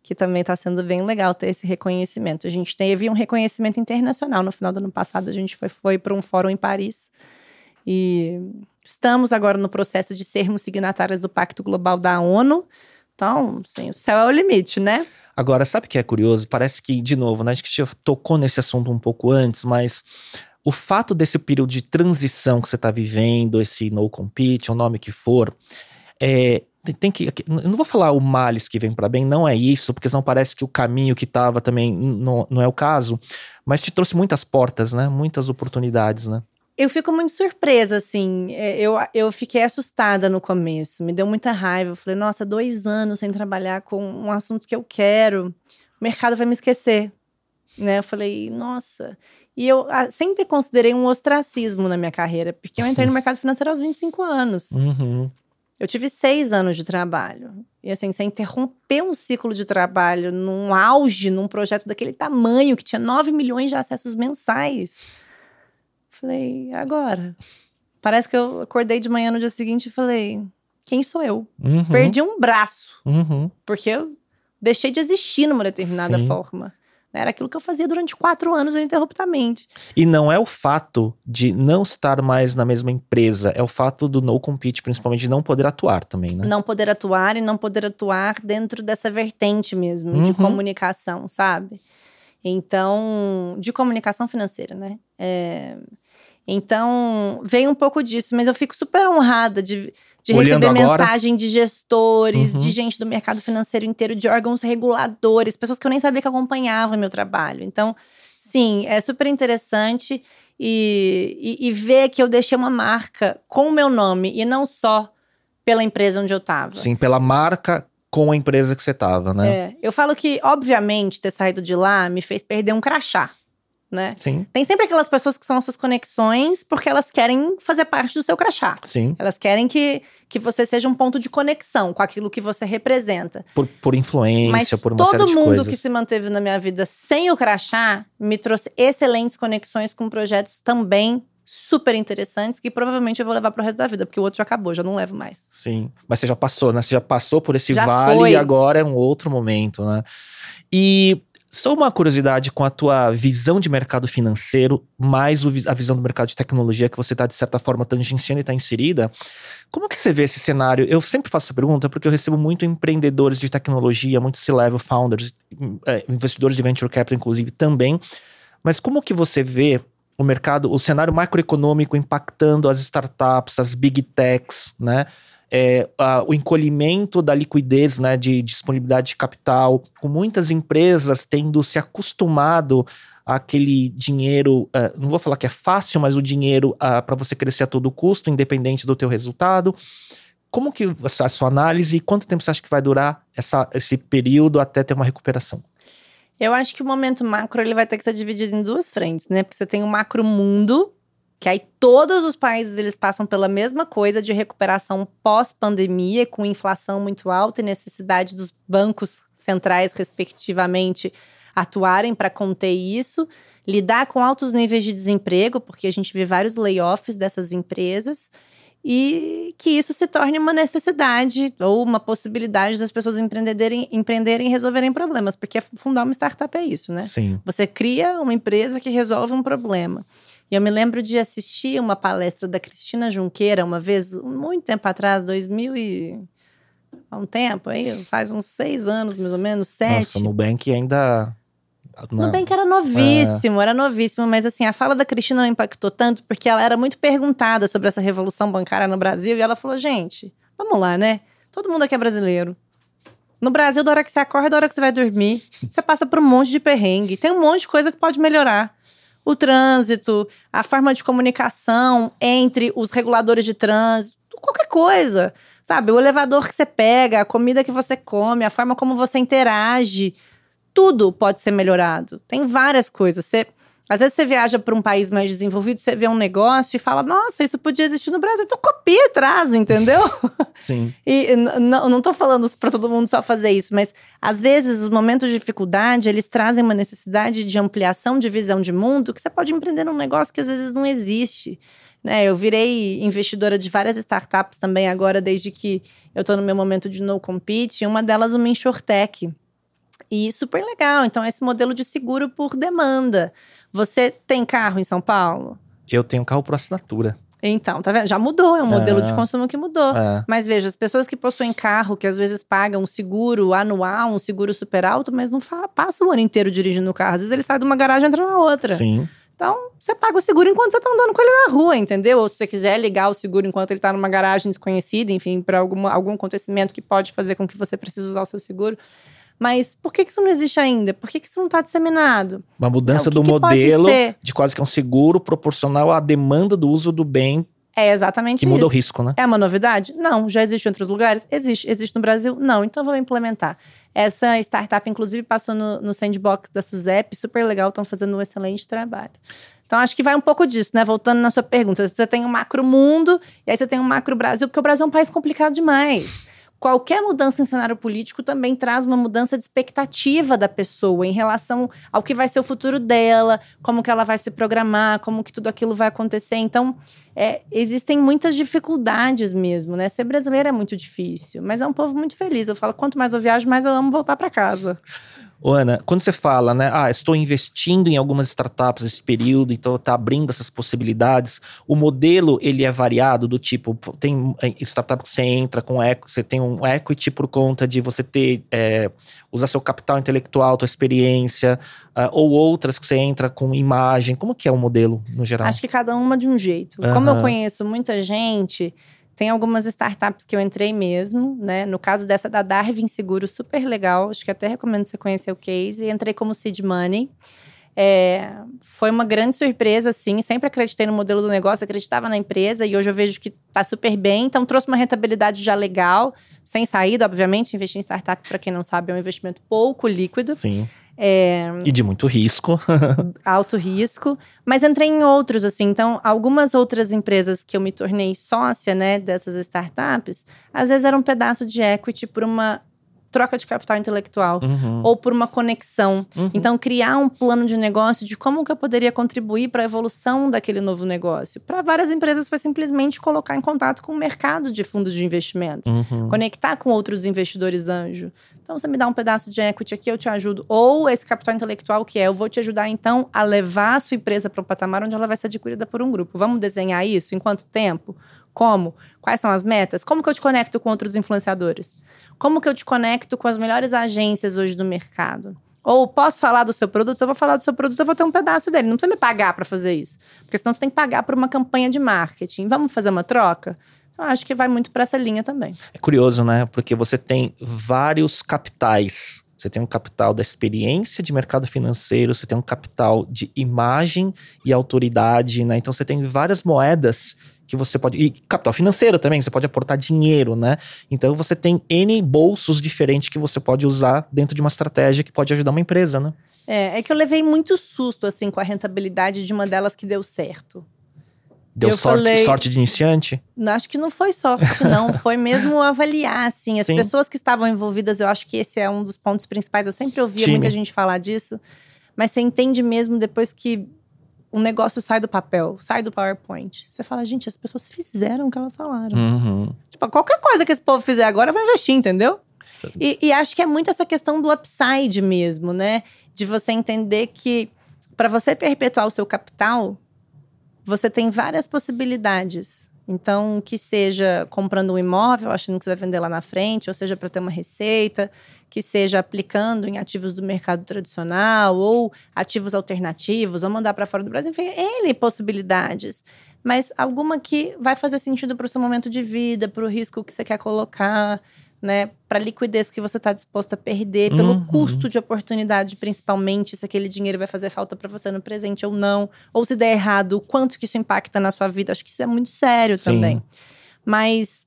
B: que também está sendo bem legal ter esse reconhecimento. A gente teve um reconhecimento internacional no final do ano passado, a gente foi para um fórum em Paris e estamos agora no processo de sermos signatárias do Pacto Global da ONU. Então, sim, o céu é o limite, né?
A: Agora, sabe o que é curioso? Parece que, de novo, né, a gente já tocou nesse assunto um pouco antes, mas o fato desse período de transição que você está vivendo, esse no compete, o nome que for, tem que, eu não vou falar o males que vem para bem, não é isso, porque senão parece que o caminho que estava também não é o caso, mas te trouxe muitas portas, né? Muitas oportunidades, né?
B: Eu fico muito surpresa, assim, eu fiquei assustada no começo, me deu muita raiva, eu falei, nossa, 2 anos sem trabalhar com um assunto que eu quero, o mercado vai me esquecer, né? Eu falei, nossa, e eu sempre considerei um ostracismo na minha carreira, porque eu entrei no mercado financeiro aos 25 anos.
A: Uhum.
B: Eu tive 6 anos de trabalho. E assim, você interromper um ciclo de trabalho num auge, num projeto daquele tamanho, que tinha 9 milhões de acessos mensais. Falei, agora? Parece que eu acordei de manhã no dia seguinte e falei, quem sou eu?
A: Uhum.
B: Perdi um braço.
A: Uhum.
B: Porque eu deixei de existir numa determinada forma. Era aquilo que eu fazia durante 4 anos ininterruptamente.
A: E não é o fato de não estar mais na mesma empresa, é o fato do no compete, principalmente, de não poder atuar também, né?
B: Não poder atuar e não poder atuar dentro dessa vertente mesmo, de comunicação, sabe? Então, de comunicação financeira, né? Então, vem um pouco disso, mas eu fico super honrada de receber
A: agora,
B: mensagem de gestores, de gente do mercado financeiro inteiro, de órgãos reguladores, pessoas que eu nem sabia que acompanhavam o meu trabalho. Então, sim, é super interessante e ver que eu deixei uma marca com o meu nome e não só pela empresa onde eu estava.
A: Sim, pela marca com a empresa que você estava, né?
B: Eu falo que, obviamente, ter saído de lá me fez perder um crachá. Né?
A: Sim.
B: Tem sempre aquelas pessoas que são as suas conexões porque elas querem fazer parte do seu crachá.
A: Sim.
B: Elas querem que você seja um ponto de conexão com aquilo que você representa.
A: Por influência, por uma série de
B: todo
A: coisas.
B: mundo que se manteve na minha vida sem o crachá me trouxe excelentes conexões com projetos também super interessantes que provavelmente eu vou levar pro resto da vida, porque o outro já acabou, já não levo mais.
A: Sim, mas você já passou, né? Você já passou por esse
B: já
A: vale
B: foi.
A: E agora é um outro momento, né? E só uma curiosidade com a tua visão de mercado financeiro, mais a visão do mercado de tecnologia que você está, de certa forma, tangenciando e está inserida. Como que você vê esse cenário? Eu sempre faço essa pergunta porque eu recebo muito empreendedores de tecnologia, muitos C-level founders, investidores de venture capital, inclusive, também. Mas como que você vê o mercado, o cenário macroeconômico impactando as startups, as big techs, né? O encolhimento da liquidez, né, de disponibilidade de capital, com muitas empresas tendo se acostumado àquele dinheiro, não vou falar que é fácil, mas o dinheiro para você crescer a todo custo, independente do teu resultado. Como que a sua análise e quanto tempo você acha que vai durar esse período até ter uma recuperação?
B: Eu acho que o momento macro ele vai ter que ser dividido em 2 frentes, né? Porque você tem o macro mundo, que aí todos os países eles passam pela mesma coisa de recuperação pós-pandemia, com inflação muito alta e necessidade dos bancos centrais, respectivamente, atuarem para conter isso. Lidar com altos níveis de desemprego, porque a gente vê vários layoffs dessas empresas. E que isso se torne uma necessidade ou uma possibilidade das pessoas empreenderem e resolverem problemas. Porque fundar uma startup é isso, né?
A: Sim.
B: Você cria uma empresa que resolve um problema. E eu me lembro de assistir uma palestra da Cristina Junqueira uma vez, muito tempo atrás, 2000 e... há um tempo aí, faz uns 6 anos mais ou menos, 7.
A: Nossa, o Nubank ainda...
B: Nubank era novíssimo, mas assim, a fala da Cristina não impactou tanto porque ela era muito perguntada sobre essa revolução bancária no Brasil e ela falou, gente, vamos lá, né? Todo mundo aqui é brasileiro. No Brasil, da hora que você acorda, da hora que você vai dormir, você passa por um monte de perrengue. Tem um monte de coisa que pode melhorar. O trânsito, a forma de comunicação entre os reguladores de trânsito, qualquer coisa, sabe? O elevador que você pega, a comida que você come, a forma como você interage, tudo pode ser melhorado. Tem várias coisas. Às vezes você viaja para um país mais desenvolvido, você vê um negócio e fala, nossa, isso podia existir no Brasil. Então copia e traz, entendeu?
A: Sim.
B: E não tô falando para todo mundo só fazer isso, mas às vezes os momentos de dificuldade, eles trazem uma necessidade de ampliação de visão de mundo que você pode empreender num negócio que às vezes não existe. Né? Eu virei investidora de várias startups também agora, desde que eu tô no meu momento de no compete. E uma delas, uma insurtech. E super legal. Então, esse modelo de seguro por demanda. Você tem carro em São Paulo?
A: Eu tenho carro por assinatura.
B: Então, tá vendo? Já mudou, é um modelo de consumo que mudou. Mas veja, as pessoas que possuem carro, que às vezes pagam um seguro anual, um seguro super alto, mas não passa o ano inteiro dirigindo o carro. Às vezes ele sai de uma garagem e entra na outra.
A: Sim.
B: Então, você paga o seguro enquanto você tá andando com ele na rua, entendeu? Ou se você quiser ligar o seguro enquanto ele tá numa garagem desconhecida, enfim, para algum acontecimento que pode fazer com que você precise usar o seu seguro. Mas por que isso não existe ainda? Por que isso não está disseminado?
A: Uma mudança do modelo de quase que um seguro proporcional à demanda do uso do bem.
B: É exatamente isso.
A: Que muda o risco, né?
B: É uma novidade? Não. Já existe em outros lugares? Existe. Existe no Brasil? Não. Então vamos implementar. Essa startup, inclusive, passou no sandbox da SUSEP. Super legal, estão fazendo um excelente trabalho. Então acho que vai um pouco disso, né? Voltando na sua pergunta. Você tem um macro mundo e aí você tem um macro Brasil, porque o Brasil é um país complicado demais. Qualquer mudança em cenário político também traz uma mudança de expectativa da pessoa em relação ao que vai ser o futuro dela, como que ela vai se programar, como que tudo aquilo vai acontecer. Então, existem muitas dificuldades mesmo, né? Ser brasileiro é muito difícil, mas é um povo muito feliz. Eu falo, quanto mais eu viajo, mais eu amo voltar para casa.
A: Ô, Ana, quando você fala, né, estou investindo em algumas startups nesse período, então tá abrindo essas possibilidades, o modelo, ele é variado do tipo, tem startup que você entra com equity, você tem um equity por conta de você ter, usar seu capital intelectual, tua experiência, ou outras que você entra com imagem, como que é o modelo, no geral?
B: Acho que cada uma de um jeito. Como eu conheço muita gente… Tem algumas startups que eu entrei mesmo, né? No caso dessa da Darwin Seguro, super legal. Acho que até recomendo você conhecer o case. Entrei como seed money. Foi uma grande surpresa, assim. Sempre acreditei no modelo do negócio, acreditava na empresa. E hoje eu vejo que tá super bem. Então, trouxe uma rentabilidade já legal. Sem saída, obviamente. Investir em startup, para quem não sabe, é um investimento pouco líquido.
A: Sim. E de muito risco.
B: Alto risco. Mas entrei em outros, assim. Então, algumas outras empresas que eu me tornei sócia, né, dessas startups, às vezes era um pedaço de equity por uma troca de capital intelectual. Ou por uma conexão. Então, criar um plano de negócio de como que eu poderia contribuir para a evolução daquele novo negócio. Para várias empresas foi simplesmente colocar em contato com o mercado de fundos de investimento. Conectar com outros investidores anjo. Então, você me dá um pedaço de equity aqui, eu te ajudo. Ou esse capital intelectual que eu vou te ajudar, então, a levar a sua empresa para um patamar onde ela vai ser adquirida por um grupo. Vamos desenhar isso? Em quanto tempo? Como? Quais são as metas? Como que eu te conecto com outros influenciadores? Como que eu te conecto com as melhores agências hoje do mercado? Ou posso falar do seu produto? Se eu vou falar do seu produto, eu vou ter um pedaço dele. Não precisa me pagar para fazer isso. Porque senão você tem que pagar por uma campanha de marketing. Vamos fazer uma troca? Então, acho que vai muito para essa linha também.
A: É curioso, né? Porque você tem vários capitais. Você tem um capital da experiência de mercado financeiro, você tem um capital de imagem e autoridade, né? Então, você tem várias moedas que você pode… E capital financeiro também, você pode aportar dinheiro, né? Então, você tem N bolsos diferentes que você pode usar dentro de uma estratégia que pode ajudar uma empresa, né?
B: É que eu levei muito susto, assim, com a rentabilidade de uma delas que deu certo.
A: Deu sorte de iniciante?
B: Acho que não foi sorte, não. Foi mesmo avaliar, assim. As pessoas que estavam envolvidas, eu acho que esse é um dos pontos principais. Eu sempre ouvia muita gente falar disso. Mas você entende mesmo depois que um negócio sai do papel, sai do PowerPoint. Você fala, gente, as pessoas fizeram o que elas falaram. Tipo, qualquer coisa que esse povo fizer agora vai investir, entendeu? E acho que é muito essa questão do upside mesmo, né? De você entender que para você perpetuar o seu capital… Você tem várias possibilidades. Então, que seja comprando um imóvel, achando que você vai vender lá na frente, ou seja, para ter uma receita, que seja aplicando em ativos do mercado tradicional, ou ativos alternativos, ou mandar para fora do Brasil. Enfim, N possibilidades. Mas alguma que vai fazer sentido para o seu momento de vida, para o risco que você quer colocar, né, para a liquidez que você está disposto a perder, pelo custo de oportunidade, principalmente, se aquele dinheiro vai fazer falta para você no presente ou não, ou se der errado, o quanto que isso impacta na sua vida. Acho que isso é muito sério também. Mas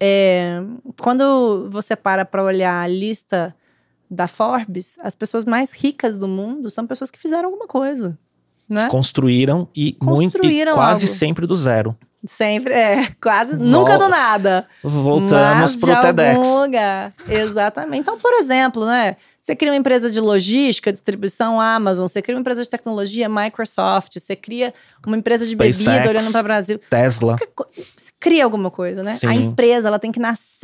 B: quando você para olhar a lista da Forbes, as pessoas mais ricas do mundo são pessoas que fizeram alguma coisa, né?
A: Construíram e quase sempre do zero.
B: Sempre, quase, nunca do nada.
A: Voltamos pro TEDx.
B: Algum lugar. Exatamente. Então, por exemplo, né? Você cria uma empresa de logística, distribuição, Amazon. Você cria uma empresa de tecnologia, Microsoft. Você cria uma empresa de bebida, olhando para o Brasil.
A: Tesla.
B: Você cria alguma coisa, né?
A: Sim.
B: A empresa, ela tem que nascer.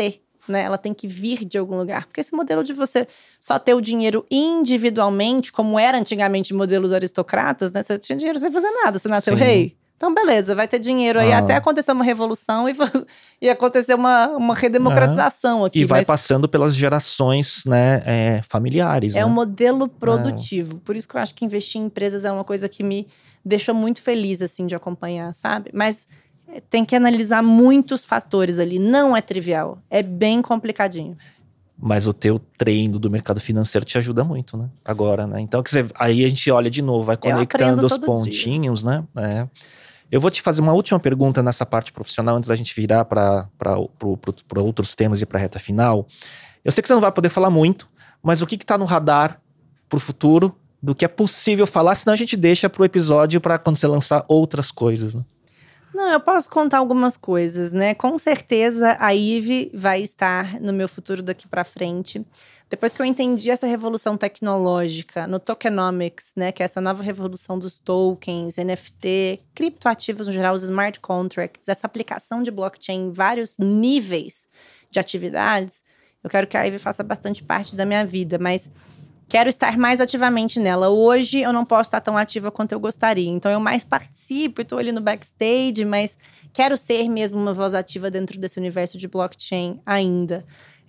B: né? Ela tem que vir de algum lugar. Porque esse modelo de você só ter o dinheiro individualmente, como era antigamente modelos aristocratas, né? Você tinha dinheiro sem fazer nada, você nasceu rei. Então, beleza, vai ter dinheiro aí até acontecer uma revolução e acontecer uma redemocratização aqui.
A: E vai passando pelas gerações, né, familiares.
B: É
A: né?
B: um modelo produtivo. Por isso que eu acho que investir em empresas é uma coisa que me deixou muito feliz, assim, de acompanhar, sabe? Mas tem que analisar muitos fatores ali. Não é trivial. É bem complicadinho.
A: Mas o teu treino do mercado financeiro te ajuda muito, né? Agora, né? Então, aí a gente olha de novo, vai conectando os pontinhos, né? Eu vou te fazer uma última pergunta nessa parte profissional, antes da gente virar para outros temas e para a reta final. Eu sei que você não vai poder falar muito, mas o que está no radar para o futuro, do que é possível falar, senão a gente deixa para o episódio para quando você lançar outras coisas, né?
B: Não, eu posso contar algumas coisas, né? Com certeza a IVE vai estar no meu futuro daqui para frente. Depois que eu entendi essa revolução tecnológica no tokenomics, né, que é essa nova revolução dos tokens, NFT, criptoativos no geral, os smart contracts, essa aplicação de blockchain em vários níveis de atividades, eu quero que a IVE faça bastante parte da minha vida, mas quero estar mais ativamente nela. Hoje eu não posso estar tão ativa quanto eu gostaria, então eu mais participo e estou ali no backstage, mas quero ser mesmo uma voz ativa dentro desse universo de blockchain ainda.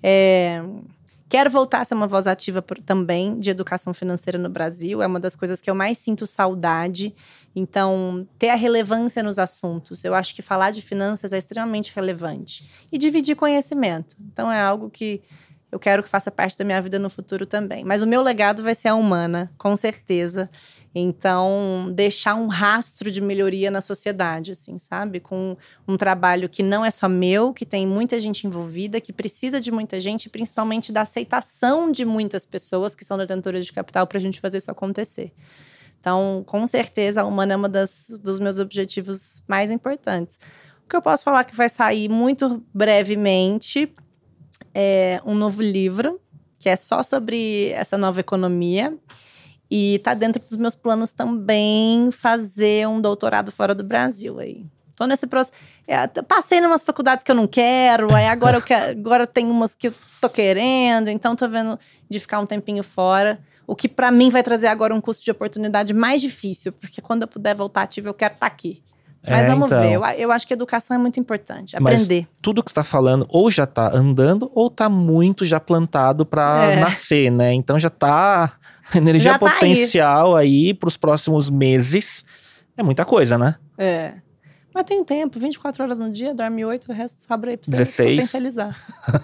B: Quero voltar a ser uma voz ativa também de educação financeira no Brasil. É uma das coisas que eu mais sinto saudade. Então, ter a relevância nos assuntos. Eu acho que falar de finanças é extremamente relevante. E dividir conhecimento. Então, é algo que eu quero que faça parte da minha vida no futuro também. Mas o meu legado vai ser a humana, com certeza. Então, deixar um rastro de melhoria na sociedade, assim, sabe? Com um trabalho que não é só meu, que tem muita gente envolvida, que precisa de muita gente, principalmente da aceitação de muitas pessoas que são detentoras de capital para a gente fazer isso acontecer. Então, com certeza, a humana é uma dos meus objetivos mais importantes. O que eu posso falar que vai sair muito brevemente é um novo livro, que é só sobre essa nova economia. E tá dentro dos meus planos também fazer um doutorado fora do Brasil aí. Tô nesse processo. Passei em umas faculdades que eu não quero, aí agora tem umas que eu tô querendo, então tô vendo de ficar um tempinho fora. O que pra mim vai trazer agora um custo de oportunidade mais difícil, porque quando eu puder voltar ativa, eu quero estar aqui. Mas vamos ver, eu acho que educação é muito importante, aprender.
A: Mas tudo que você tá falando ou já tá andando ou tá muito já plantado pra nascer, né? Então já tá energia já potencial tá aí pros próximos meses. É muita coisa, né?
B: Mas tem tempo, 24 horas no dia, dorme 8, o resto sobra aí pra você
A: 16.
B: potencializar.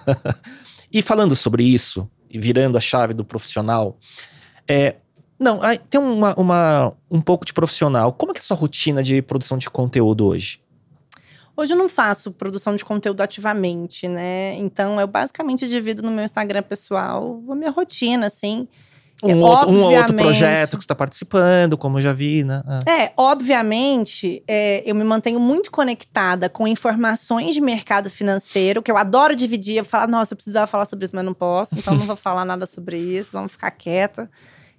A: E falando sobre isso, e virando a chave do profissional, tem um pouco de profissional. Como é que é a sua rotina de produção de conteúdo hoje?
B: Hoje eu não faço produção de conteúdo ativamente, né? Então, eu basicamente divido no meu Instagram pessoal a minha rotina, assim.
A: Um outro projeto que você está participando, como eu já vi, né?
B: Obviamente, eu me mantenho muito conectada com informações de mercado financeiro, que eu adoro dividir. Eu falo, nossa, eu precisava falar sobre isso, mas não posso. Então, não vou falar nada sobre isso, vamos ficar quieta.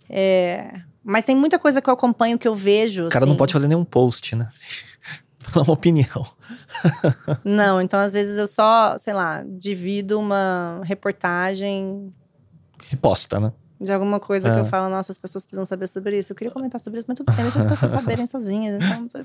B: Mas tem muita coisa que eu acompanho, que eu vejo.
A: O cara não pode fazer nenhum post, né? Falar uma opinião.
B: Não, então às vezes eu só, sei lá, divido uma reportagem.
A: Reposta, né?
B: De alguma coisa que eu falo, nossa, as pessoas precisam saber sobre isso. Eu queria comentar sobre isso, mas tudo bem, deixa as pessoas saberem sozinhas. Então,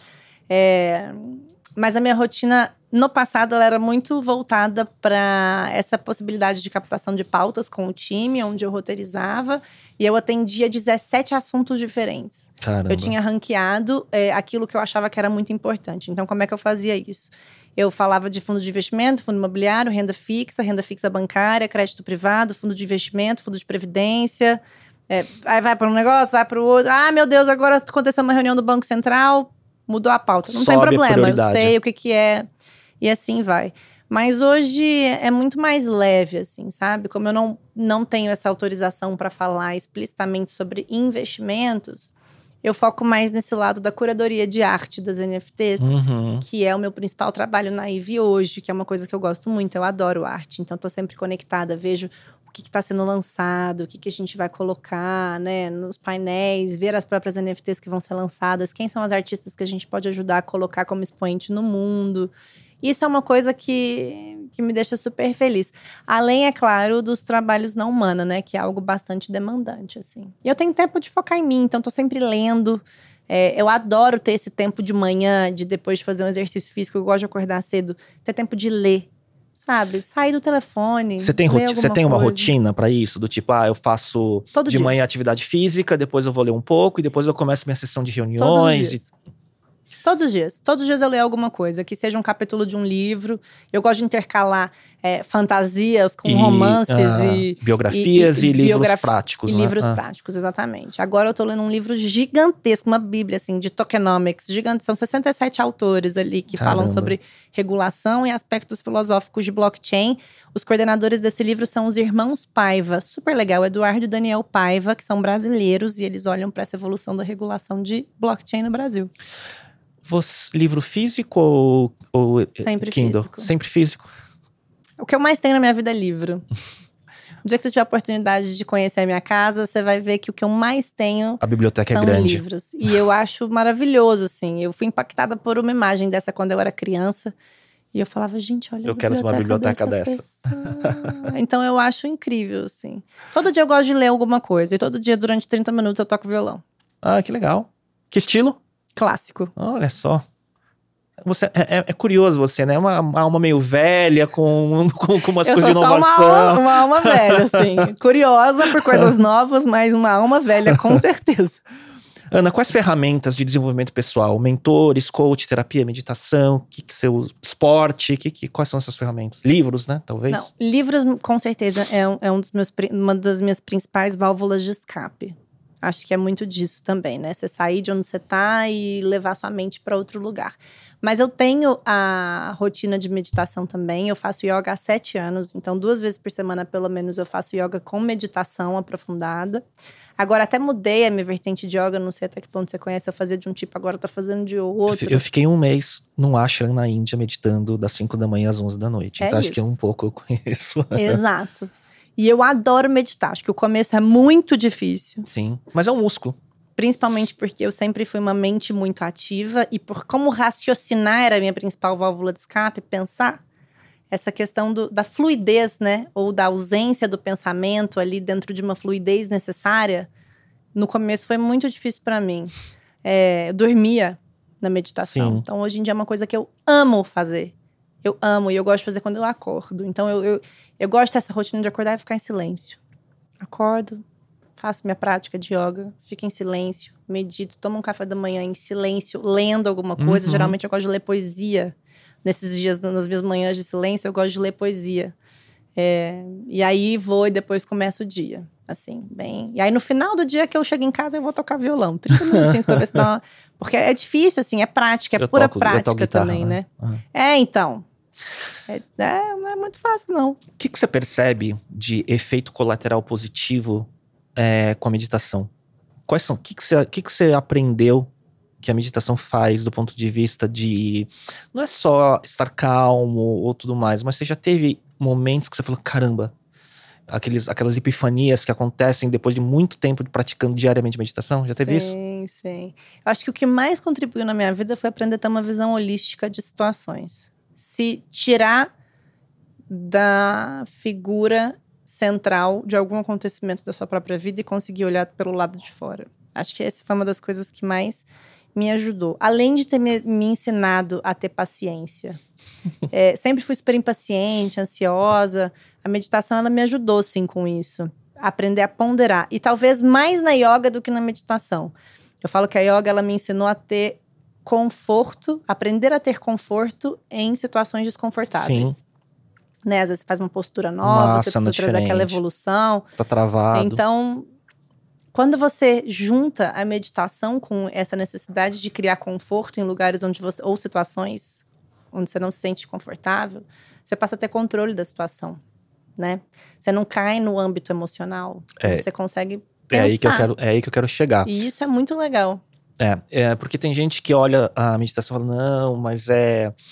B: mas a minha rotina, no passado, ela era muito voltada para essa possibilidade de captação de pautas com o time, onde eu roteirizava. E eu atendia 17 assuntos diferentes.
A: Caramba.
B: Eu tinha ranqueado aquilo que eu achava que era muito importante. Então, como é que eu fazia isso? Eu falava de fundo de investimento, fundo imobiliário, renda fixa bancária, crédito privado, fundo de investimento, fundo de previdência. Aí vai para um negócio, vai para o outro. Ah, meu Deus, agora aconteceu uma reunião do Banco Central, mudou a pauta. Não tem problema, eu sei o que é. E assim vai. Mas hoje é muito mais leve, assim, sabe? Como eu não tenho essa autorização para falar explicitamente sobre investimentos, eu foco mais nesse lado da curadoria de arte das NFTs, que é o meu principal trabalho na IVE hoje, que é uma coisa que eu gosto muito, eu adoro arte. Então, tô sempre conectada, vejo o que está sendo lançado, o que a gente vai colocar, né, nos painéis, ver as próprias NFTs que vão ser lançadas, quem são as artistas que a gente pode ajudar a colocar como expoente no mundo. Isso é uma coisa que que me deixa super feliz. Além, é claro, dos trabalhos na humana, né? Que é algo bastante demandante, assim. E eu tenho tempo de focar em mim, então tô sempre lendo. Eu adoro ter esse tempo de manhã, de depois de fazer um exercício físico. Eu gosto de acordar cedo, ter tempo de ler. Sabe? Sair do telefone.
A: Você tem uma rotina pra isso? Do tipo, eu faço
B: Todo
A: de
B: dia.
A: manhã atividade física, depois eu vou ler um pouco, e depois eu começo minha sessão de reuniões.
B: Todos os dias. Todos os dias eu leio alguma coisa, que seja um capítulo de um livro. Eu gosto de intercalar fantasias com romances e…
A: Biografias e livros práticos,
B: né?
A: Livros
B: práticos, exatamente. Agora eu tô lendo um livro gigantesco, uma bíblia, assim, de tokenomics. Gigante, são 67 autores ali que falam sobre regulação e aspectos filosóficos de blockchain. Os coordenadores desse livro são os irmãos Paiva. Super legal, Eduardo e Daniel Paiva, que são brasileiros. E eles olham para essa evolução da regulação de blockchain no Brasil.
A: Livro físico ou
B: Sempre
A: Kindle?
B: Físico.
A: Sempre físico.
B: O que eu mais tenho na minha vida é livro. O dia que você tiver a oportunidade de conhecer a minha casa, você vai ver que o que eu mais tenho…
A: A biblioteca
B: são
A: é grande.
B: livros. E eu acho maravilhoso, assim. Eu fui impactada por uma imagem dessa quando eu era criança. E eu falava, gente, olha,
A: eu quero uma biblioteca dessa.
B: Então eu acho incrível, assim. Todo dia eu gosto de ler alguma coisa. E todo dia, durante 30 minutos, eu toco violão.
A: Ah, que legal. Que estilo?
B: Clássico.
A: Olha só. Você, é curioso você, né? Uma alma meio velha, com umas coisas de inovação.
B: Eu sou só uma alma velha, assim. Curiosa por coisas novas, mas uma alma velha, com certeza.
A: Ana, quais ferramentas de desenvolvimento pessoal? Mentores, coach, terapia, meditação, seu esporte, quais são essas ferramentas? Livros, né? Talvez?
B: Não, livros, com certeza, uma das minhas principais válvulas de escape. Acho que é muito disso também, né? Você sair de onde você tá e levar sua mente para outro lugar. Mas eu tenho a rotina de meditação também. Eu faço yoga há 7 anos. Então, 2 vezes por semana, pelo menos, eu faço yoga com meditação aprofundada. Agora, até mudei a minha vertente de yoga. Não sei até que ponto você conhece. Eu fazia de um tipo, agora eu tô fazendo de outro.
A: Eu fiquei 1 mês num ashram na Índia, meditando das 5 da manhã às 11 da noite. Então, acho que um pouco eu conheço.
B: Exato. E eu adoro meditar. Acho que o começo é muito difícil.
A: Sim, mas é um músculo.
B: Principalmente porque eu sempre fui uma mente muito ativa. E por como raciocinar era a minha principal válvula de escape, pensar. Essa questão da fluidez, né? Ou da ausência do pensamento ali dentro de uma fluidez necessária. No começo foi muito difícil para mim. Eu dormia na meditação.
A: Sim.
B: Então hoje em dia é uma coisa que eu amo fazer. Eu amo e eu gosto de fazer quando eu acordo. Então eu gosto dessa rotina de acordar e ficar em silêncio. Acordo, faço minha prática de yoga, fico em silêncio, medito, tomo um café da manhã em silêncio, lendo alguma coisa. Geralmente eu gosto de ler poesia. Nesses dias, nas minhas manhãs de silêncio, eu gosto de ler poesia. E aí vou e depois começo o dia. Assim, bem… E aí no final do dia que eu chego em casa, eu vou tocar violão. 30 minutinhos pra ver se dá uma… Porque é difícil, assim, é prática, é pura prática guitarra, também, né? Então… não é muito fácil, não. O
A: que você percebe de efeito colateral positivo com a meditação? Quais são? O que você aprendeu que a meditação faz do ponto de vista de… Não é só estar calmo ou tudo mais, mas você já teve momentos que você falou, caramba… Aquelas epifanias que acontecem depois de muito tempo praticando diariamente meditação? Já teve isso?
B: Sim. Eu acho que o que mais contribuiu na minha vida foi aprender a ter uma visão holística de situações. Se tirar da figura central de algum acontecimento da sua própria vida e conseguir olhar pelo lado de fora. Acho que essa foi uma das coisas que mais me ajudou. Além de ter me ensinado a ter paciência. Sempre fui super impaciente, ansiosa. A meditação, ela me ajudou, sim, com isso. Aprender a ponderar. E talvez mais na yoga do que na meditação. Eu falo que a yoga, ela me ensinou a ter conforto, aprender a ter conforto em situações desconfortáveis.
A: Sim.
B: Né? Às vezes você faz uma postura nova, você precisa trazer aquela evolução.
A: Tá travado.
B: Então, quando você junta a meditação com essa necessidade de criar conforto em lugares onde você… ou situações onde você não se sente confortável, você passa a ter controle da situação, né? Você não cai no âmbito emocional. Você consegue pensar.
A: É aí que eu quero chegar.
B: E isso é muito legal.
A: Porque tem gente que olha a meditação e fala, não, mas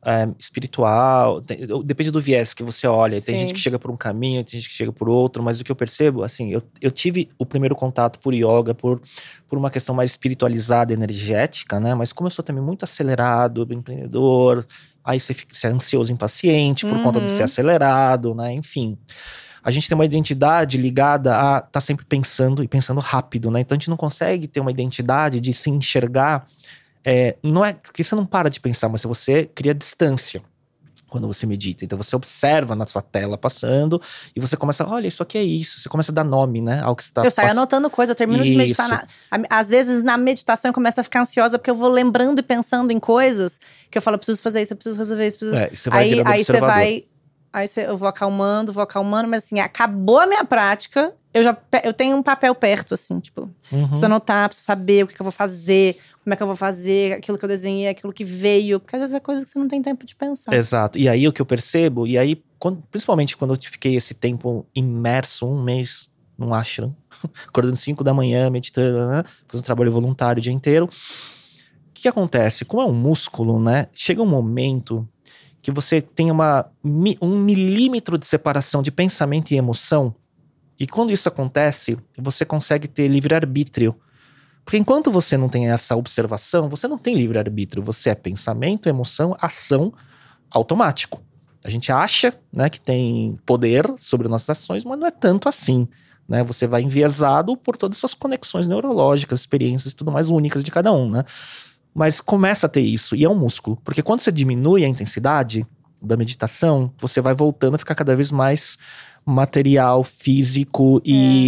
A: espiritual, depende do viés que você olha. Tem
B: Sim.
A: gente que chega por um caminho, tem gente que chega por outro, mas o que eu percebo, assim, eu tive o primeiro contato por yoga, por uma questão mais espiritualizada, energética, né? Mas como eu sou também muito acelerado, empreendedor, aí você é ansioso, impaciente por conta de ser acelerado, né? Enfim. A gente tem uma identidade ligada a estar sempre pensando e pensando rápido, né? Então a gente não consegue ter uma identidade de se enxergar. Não é porque você não para de pensar, mas você cria distância quando você medita. Então você observa na sua tela passando e você começa, olha, isso aqui é isso. Você começa a dar nome, né, ao que você está
B: Eu saio anotando coisa, eu termino de meditar. Às vezes na meditação eu começo a ficar ansiosa porque eu vou lembrando e pensando em coisas que eu falo, eu preciso fazer isso, eu preciso resolver isso.
A: Você vai virando observador.
B: Eu vou acalmando, mas assim, acabou a minha prática, eu tenho um papel perto, assim, tipo, preciso anotar, preciso saber o que eu vou fazer, como é que eu vou fazer, aquilo que eu desenhei, aquilo que veio, porque às vezes é coisa que você não tem tempo de pensar.
A: Exato, e aí o que eu percebo, e aí, principalmente quando eu fiquei esse tempo imerso, 1 mês num ashram, acordando 5 da manhã, meditando, né, fazendo trabalho voluntário o dia inteiro, o que acontece? Como é um músculo, né, chega um momento que você tem um milímetro de separação de pensamento e emoção. E quando isso acontece, você consegue ter livre-arbítrio. Porque enquanto você não tem essa observação, você não tem livre-arbítrio. Você é pensamento, emoção, ação automático. A gente acha, né, que tem poder sobre nossas ações, mas não é tanto assim. Né? Você vai enviesado por todas as suas conexões neurológicas, experiências e tudo mais únicas de cada um, né? Mas começa a ter isso, e é um músculo. Porque quando você diminui a intensidade da meditação, você vai voltando a ficar cada vez mais material, físico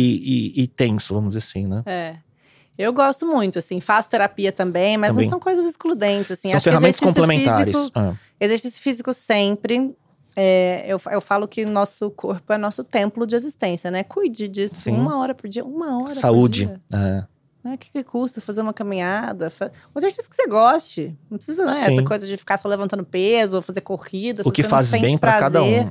A: e tenso, vamos dizer assim, né?
B: Eu gosto muito, assim, faço terapia também, mas não são coisas excludentes, assim.
A: São ferramentas complementares.
B: Exercício físico sempre. Eu falo que o nosso corpo é nosso templo de existência, né? Cuide disso. Sim. 1 hora por dia, 1 hora
A: Saúde.
B: por dia. O que custa fazer uma caminhada? Um exercício que você goste. Não precisa, né? Essa coisa de ficar só levantando peso ou fazer corrida.
A: O que faz bem pra cada um.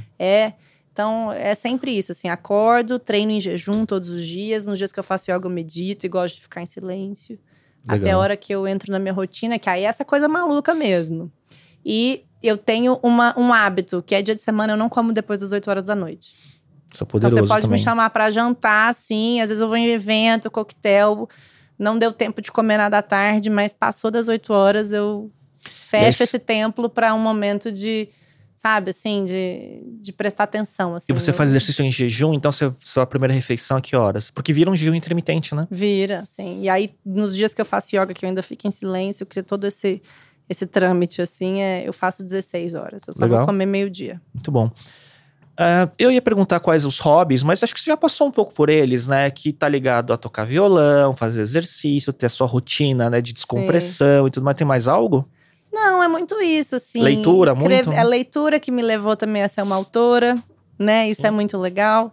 B: Então, é sempre isso, assim. Acordo, treino em jejum todos os dias. Nos dias que eu faço yoga, eu medito e gosto de ficar em silêncio. Legal. Até a hora que eu entro na minha rotina, que aí é essa coisa maluca mesmo. E eu tenho um hábito, que é dia de semana eu não como depois das 8 horas da noite.
A: Sou poderoso
B: então você pode
A: também.
B: me chamar pra jantar, assim. Às vezes eu vou em evento, coquetel. Não deu tempo de comer nada à tarde, mas passou das 8 horas, eu fecho esse templo pra um momento de, sabe, assim, de prestar atenção, assim.
A: E você faz exercício em jejum, então sua primeira refeição a que horas? Porque vira um jejum intermitente, né?
B: Vira, sim. E aí, nos dias que eu faço yoga, que eu ainda fico em silêncio, que todo esse trâmite, assim, eu faço 16 horas. Eu só vou comer meio-dia.
A: Muito bom. Eu ia perguntar quais os hobbies, mas acho que você já passou um pouco por eles, né? Que tá ligado a tocar violão, fazer exercício, ter a sua rotina, né? De descompressão e tudo mais. Tem mais algo?
B: Não, é muito isso, assim.
A: Leitura, muito?
B: É a leitura que me levou também a ser uma autora, né? Isso é muito legal.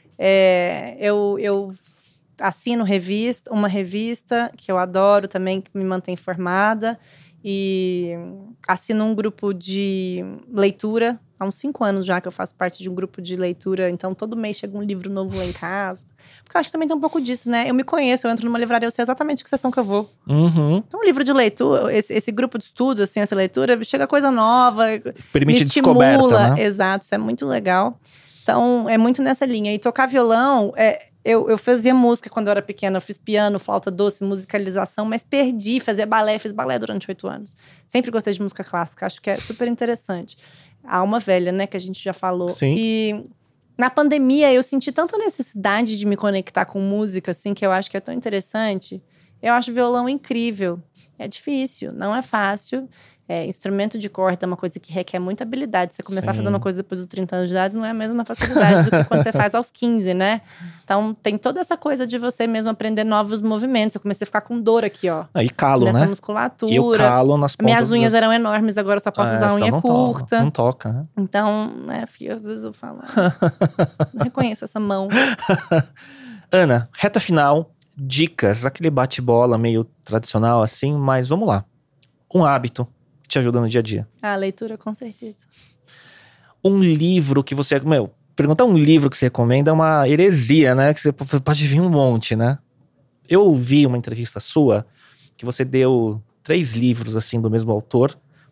B: Eu assino uma revista que eu adoro também, que me mantém informada. E assino um grupo de leitura. Há uns 5 anos já que eu faço parte de um grupo de leitura. Então, todo mês chega um livro novo lá em casa. Porque eu acho que também tem um pouco disso, né? Eu me conheço, eu entro numa livraria, eu sei exatamente que sessão que eu vou. Então, um livro de leitura, esse grupo de estudos, assim, essa leitura, chega coisa nova.
A: Permite
B: me estimula.
A: Descoberta, né?
B: Exato, isso é muito legal. Então, é muito nessa linha. E tocar violão… Eu fazia música quando eu era pequena, eu fiz piano, flauta doce, musicalização, mas fiz balé durante 8 anos. Sempre gostei de música clássica, acho que é super interessante. A alma velha, né, que a gente já falou.
A: Sim.
B: E na pandemia eu senti tanta necessidade de me conectar com música, assim, que eu acho que é tão interessante. Eu acho violão incrível. É difícil, não é fácil. Instrumento de corda é uma coisa que requer muita habilidade. Você começar a fazer uma coisa depois dos 30 anos de idade não é a mesma facilidade do que quando você faz aos 15, né? Então, tem toda essa coisa de você mesmo aprender novos movimentos. Eu comecei a ficar com dor aqui, ó.
A: E calo,
B: nessa
A: né?
B: musculatura.
A: E o calo nas pontas.
B: Minhas unhas eram enormes, agora eu só posso usar unha curta.
A: Não toca, né?
B: Então, né, filho, às vezes eu falo… não reconheço essa mão.
A: Ana, reta final. Dicas, aquele bate-bola meio tradicional assim, mas vamos lá. Um hábito que te ajuda no dia a dia.
B: A leitura, com certeza.
A: Um livro que você… perguntar um livro que você recomenda é uma heresia, né? Que você pode vir um monte, né? Eu ouvi uma entrevista sua que você deu 3 livros, assim, do mesmo autor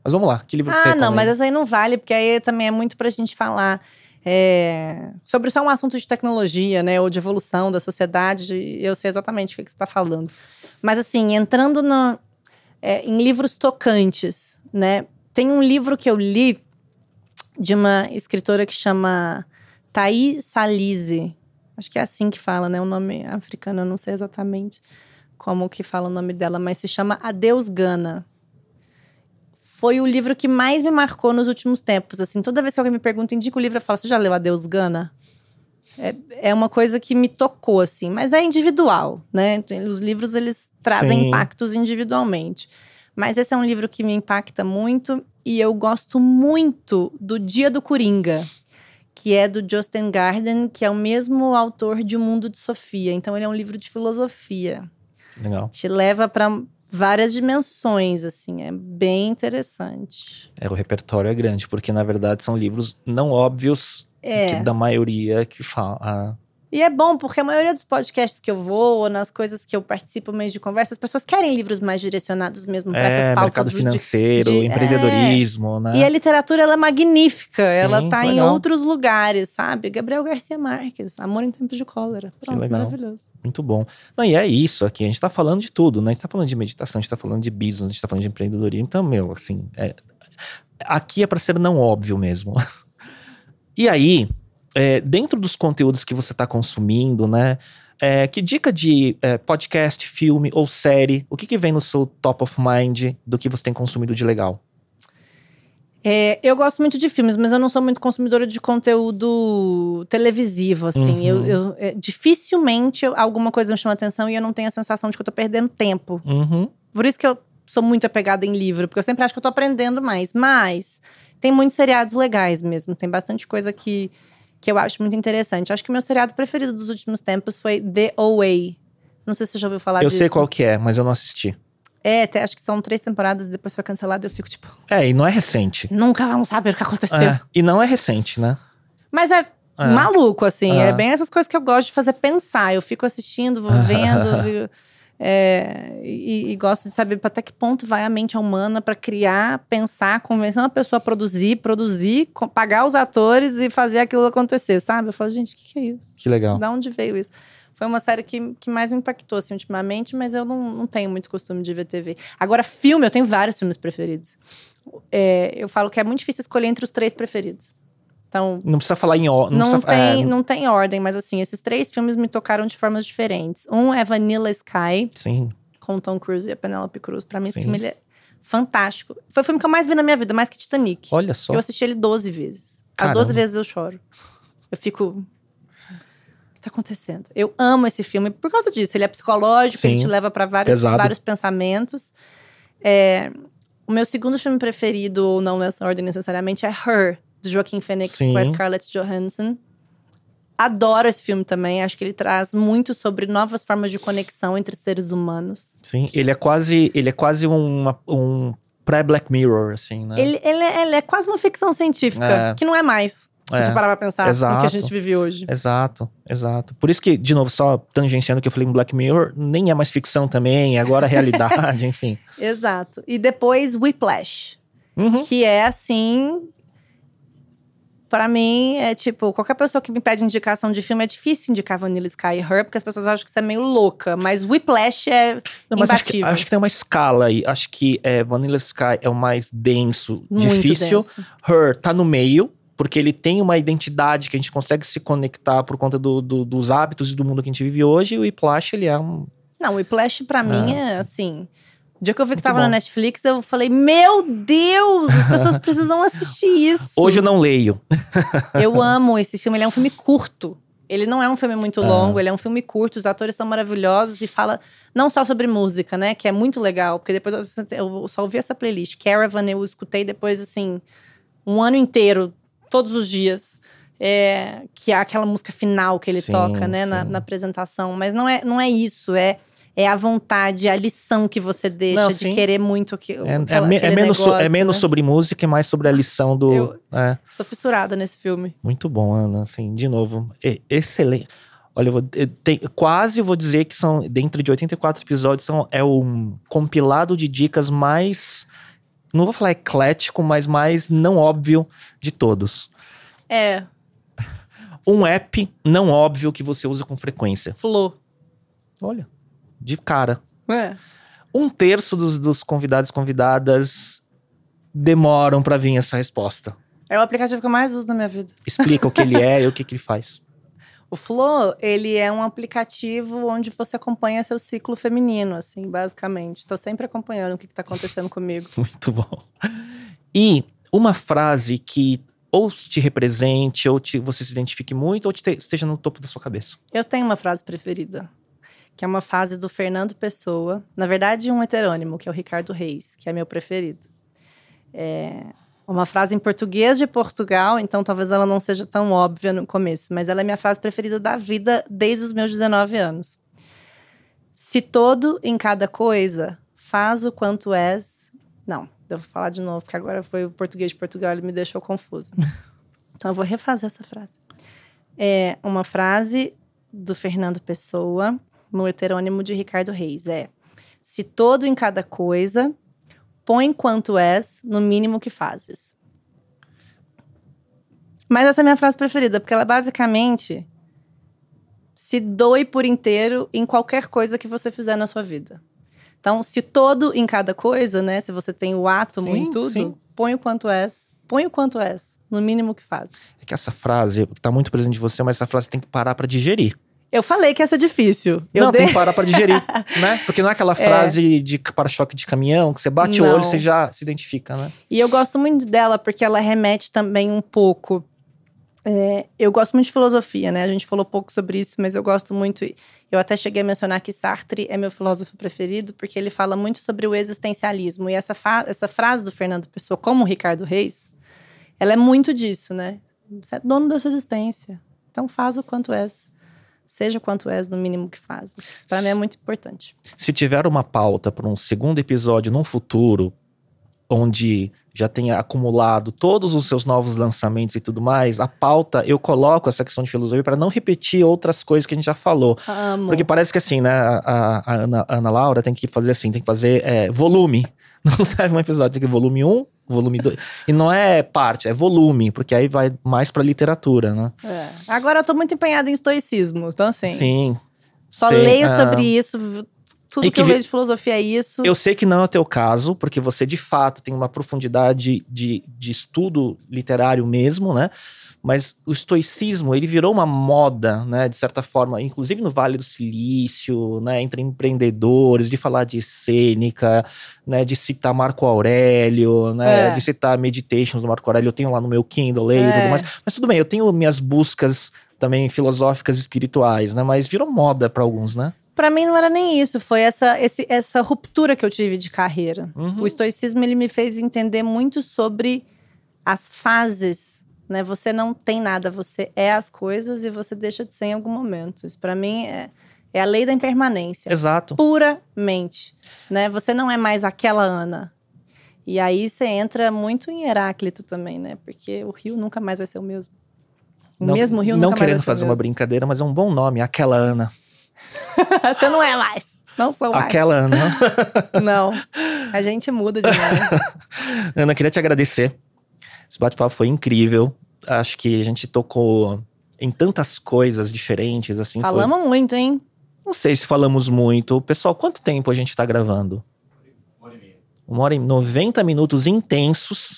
A: Mas vamos lá, que livro que você recomenda?
B: Não, mas essa aí não vale, porque aí também é muito pra gente falar sobre só um assunto de tecnologia, né? Ou de evolução da sociedade. Eu sei exatamente o que você está falando. Mas assim, entrando em livros tocantes, né? Tem um livro que eu li de uma escritora que chama Thaís Salise. Acho que é assim que fala, né? O nome africano, eu não sei exatamente como que fala o nome dela, mas se chama Adeus Gana. Foi o livro que mais me marcou nos últimos tempos. Assim, toda vez que alguém me pergunta, indica o livro, eu falo, você já leu Adeus Gana? É uma coisa que me tocou, assim. Mas é individual, né? Os livros, eles trazem impactos individualmente. Mas esse é um livro que me impacta muito. E eu gosto muito do Dia do Coringa, que é do Justin Garden, que é o mesmo autor de O Mundo de Sofia. Então, ele é um livro de filosofia.
A: Legal.
B: Te leva para várias dimensões, assim. É bem interessante.
A: O repertório é grande, porque, na verdade, são livros não óbvios da maioria que fala.
B: E é bom, porque a maioria dos podcasts que eu vou, ou nas coisas que eu participo, meio de conversa, as pessoas querem livros mais direcionados mesmo para essas pautas.
A: Mercado financeiro, empreendedorismo, né?
B: E a literatura, ela é magnífica.
A: Sim,
B: ela tá em
A: legal.
B: outros lugares, sabe? Gabriel Garcia Marques, Amor em Tempos de Cólera. Pronto,
A: que legal.
B: Maravilhoso.
A: Muito bom. Não, e é isso aqui, a gente tá falando de tudo, né? A gente tá falando de meditação, a gente tá falando de business, a gente tá falando de empreendedorismo. Então, assim, aqui é para ser não óbvio mesmo. E aí, dentro dos conteúdos que você está consumindo, né? Que dica de podcast, filme ou série, o que vem no seu top of mind do que você tem consumido de legal?
B: Eu gosto muito de filmes, mas eu não sou muito consumidora de conteúdo televisivo, assim.
A: Uhum.
B: Dificilmente alguma coisa me chama atenção e eu não tenho a sensação de que eu tô perdendo tempo.
A: Uhum.
B: Por isso que eu sou muito apegada em livro, porque eu sempre acho que eu tô aprendendo mais. Mas tem muitos seriados legais mesmo, tem bastante coisa que eu acho muito interessante. Acho que o meu seriado preferido dos últimos tempos foi The OA. Não sei se você já ouviu falar disso.
A: Eu sei qual que é, mas eu não assisti.
B: Acho que são 3 temporadas e depois foi cancelado. Eu fico tipo…
A: E não é recente.
B: Nunca vamos saber o que aconteceu.
A: E não é recente, né?
B: Mas maluco, assim. É bem essas coisas que eu gosto de fazer pensar. Eu fico assistindo, vou vendo… E gosto de saber até que ponto vai a mente humana para criar, pensar, convencer uma pessoa a produzir, pagar os atores e fazer aquilo acontecer, sabe? Eu falo, gente, o que é isso?
A: Que legal.
B: Da onde veio isso? Foi uma série que mais me impactou, assim, ultimamente, mas eu não tenho muito costume de ver TV. Agora, filme, eu tenho vários filmes preferidos. Eu falo que é muito difícil escolher entre os 3 preferidos. Então,
A: não precisa falar em ordem.
B: Não tem ordem, mas assim, esses 3 filmes me tocaram de formas diferentes. Um é Vanilla Sky.
A: Sim.
B: Com o Tom Cruise e a Penélope Cruz. Pra mim, esse
A: Sim.
B: filme ele é fantástico. Foi o filme que eu mais vi na minha vida, mais que Titanic.
A: Olha só.
B: Eu assisti ele 12 vezes.
A: Caramba.
B: As 12 vezes eu choro. Eu fico… O que tá acontecendo? Eu amo esse filme por causa disso. Ele é psicológico,
A: Sim.
B: ele te leva pra vários pensamentos. O meu segundo filme preferido, ou não nessa ordem necessariamente, é Her, do Joaquin Phoenix com a Scarlett Johansson. Adoro esse filme também. Acho que ele traz muito sobre novas formas de conexão entre seres humanos.
A: Sim, ele é quase um pré-Black Mirror, assim, né?
B: Ele é quase uma ficção científica, que não é mais. Se você parar pra pensar no que a gente vive hoje.
A: Exato. Por isso que, de novo, só tangenciando o que eu falei em Black Mirror, nem é mais ficção também, é agora realidade, enfim.
B: Exato. E depois Whiplash, que é assim… Pra mim, é tipo, qualquer pessoa que me pede indicação de filme, é difícil indicar Vanilla Sky e Her, porque as pessoas acham que você é meio louca. Mas Whiplash é imbatível.
A: Acho que tem uma escala aí. Acho que Vanilla Sky é o mais denso,
B: muito
A: difícil.
B: denso.
A: Her tá no meio, porque ele tem uma identidade que a gente consegue se conectar por conta dos hábitos e do mundo que a gente vive hoje. E o Whiplash, ele é um…
B: Não, o Whiplash pra mim é assim… O dia que eu vi que tava
A: bom.
B: na Netflix, eu falei, meu Deus, as pessoas precisam assistir isso.
A: Hoje eu não leio.
B: Eu amo esse filme, ele é um filme curto. Ele não é um filme muito longo, ele é um filme curto, os atores são maravilhosos e fala não só sobre música, né, que é muito legal, porque depois eu só ouvi essa playlist. Caravan eu escutei depois, assim, um ano inteiro, todos os dias. Que é aquela música final que ele toca, né, na apresentação. Mas não é isso, é a vontade, a lição que você deixa de querer muito
A: é menos sobre música e mais sobre a lição do…
B: Eu sou fissurada nesse filme.
A: Muito bom, Ana, assim, de novo, excelente. Olha, quase vou dizer que são, dentro de 84 episódios, é um compilado de dicas mais não vou falar eclético, mas mais não óbvio de todos. Um app não óbvio que você usa com frequência.
B: Flow.
A: Olha, de cara. 1/3 dos convidados e convidadas demoram pra vir essa resposta.
B: É o aplicativo que eu mais uso na minha vida.
A: Explica o que ele é e o que ele faz.
B: O Flow, ele é um aplicativo onde você acompanha seu ciclo feminino, assim, basicamente. Tô sempre acompanhando o que tá acontecendo comigo.
A: Muito bom. E uma frase que ou te represente, ou você se identifique muito, ou esteja no topo da sua cabeça.
B: Eu tenho uma frase preferida, que é uma frase do Fernando Pessoa. Na verdade, um heterônimo, que é o Ricardo Reis, que é meu preferido. É uma frase em português de Portugal, então talvez ela não seja tão óbvia no começo, mas ela é minha frase preferida da vida desde os meus 19 anos. Se todo em cada coisa faz o quanto és... Não, eu vou falar de novo, porque agora foi o português de Portugal, ele me deixou confusa. Então eu vou refazer essa frase. É uma frase do Fernando Pessoa, no heterônimo de Ricardo Reis. Se todo em cada coisa, põe quanto és no mínimo que fazes. Mas essa é a minha frase preferida, porque ela basicamente se doe por inteiro em qualquer coisa que você fizer na sua vida. Então, se todo em cada coisa, né? Se você tem o átomo em tudo, põe o quanto és. Põe o quanto és, no mínimo que fazes. É
A: que essa frase tá muito presente em você, mas essa frase tem que parar pra digerir.
B: Eu falei que essa é difícil.
A: Tem que parar pra digerir, né? Porque não é aquela frase de para-choque de caminhão, que você bate o olho e você já se identifica, né?
B: E eu gosto muito dela, porque ela remete também um pouco... eu gosto muito de filosofia, né? A gente falou pouco sobre isso, mas eu gosto muito... Eu até cheguei a mencionar que Sartre é meu filósofo preferido, porque ele fala muito sobre o existencialismo. E essa frase do Fernando Pessoa, como o Ricardo Reis, ela é muito disso, né? Você é dono da sua existência. Então faz o quanto és. Seja o quanto és no mínimo que fazes. Isso pra mim é muito importante.
A: Se tiver uma pauta para um segundo episódio num futuro, onde já tenha acumulado todos os seus novos lançamentos e tudo mais, a pauta, eu coloco essa questão de filosofia para não repetir outras coisas que a gente já falou.
B: Amo.
A: Porque parece que assim, né, a Ana Laura tem que fazer assim, tem que fazer volume. Não serve um episódio, tem que volume 1, volume 2. E não é parte, é volume, porque aí vai mais pra literatura, né?
B: Agora eu tô muito empenhada em estoicismo, então assim…
A: Sim.
B: Só leio sobre isso… Tudo que eu vejo de filosofia é isso.
A: Eu sei que não é o teu caso, porque você de fato tem uma profundidade de estudo literário mesmo, né? Mas o estoicismo, ele virou uma moda, né? De certa forma, inclusive no Vale do Silício, né? Entre empreendedores, de falar de Sêneca, né? De citar Marco Aurélio, né? De citar Meditations do Marco Aurélio. Eu tenho lá no meu Kindle, leio e tudo mais. Mas tudo bem, eu tenho minhas buscas também filosóficas e espirituais, né? Mas virou moda para alguns, né?
B: Pra mim não era nem isso, foi essa ruptura que eu tive de carreira. O estoicismo, ele me fez entender muito sobre as fases, né? Você não tem nada, você é as coisas e você deixa de ser em algum momento. Isso pra mim é a lei da impermanência.
A: Exato.
B: Puramente, né? Você não é mais aquela Ana. E aí você entra muito em Heráclito também, né? Porque o rio nunca mais vai ser o mesmo. O mesmo rio nunca mais vai ser o mesmo.
A: Não querendo fazer uma brincadeira, mas é um bom nome, aquela Ana.
B: Você não é mais. Não sou mais.
A: Aquela Ana.
B: Não. A gente muda demais.
A: Ana, queria te agradecer. Esse bate-papo foi incrível. Acho que a gente tocou em tantas coisas diferentes, assim.
B: Falamos muito, hein?
A: Não sei se falamos muito. Pessoal, quanto tempo a gente tá gravando?
C: 1h30.
A: 1h30. 90 minutos intensos.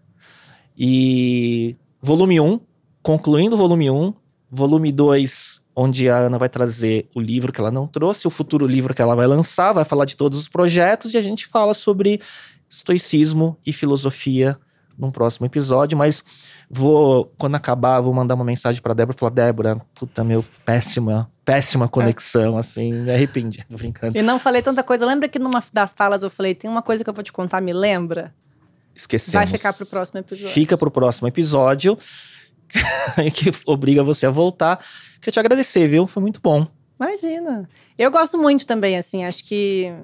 A: E volume 1, concluindo o volume 1. Volume 2, onde a Ana vai trazer o livro que ela não trouxe, o futuro livro que ela vai lançar, vai falar de todos os projetos e a gente fala sobre estoicismo e filosofia num próximo episódio. Mas quando acabar, vou mandar uma mensagem pra Débora e falar: Débora, puta, péssima conexão, assim, me arrependi, tô brincando.
B: E não falei tanta coisa. Lembra que numa das falas eu falei, tem uma coisa que eu vou te contar, me lembra?
A: Esquecemos.
B: Vai ficar pro próximo episódio.
A: Fica pro próximo episódio. Que obriga você a voltar. Queria te agradecer, viu? Foi muito bom.
B: Imagina. Eu gosto muito também, assim, acho que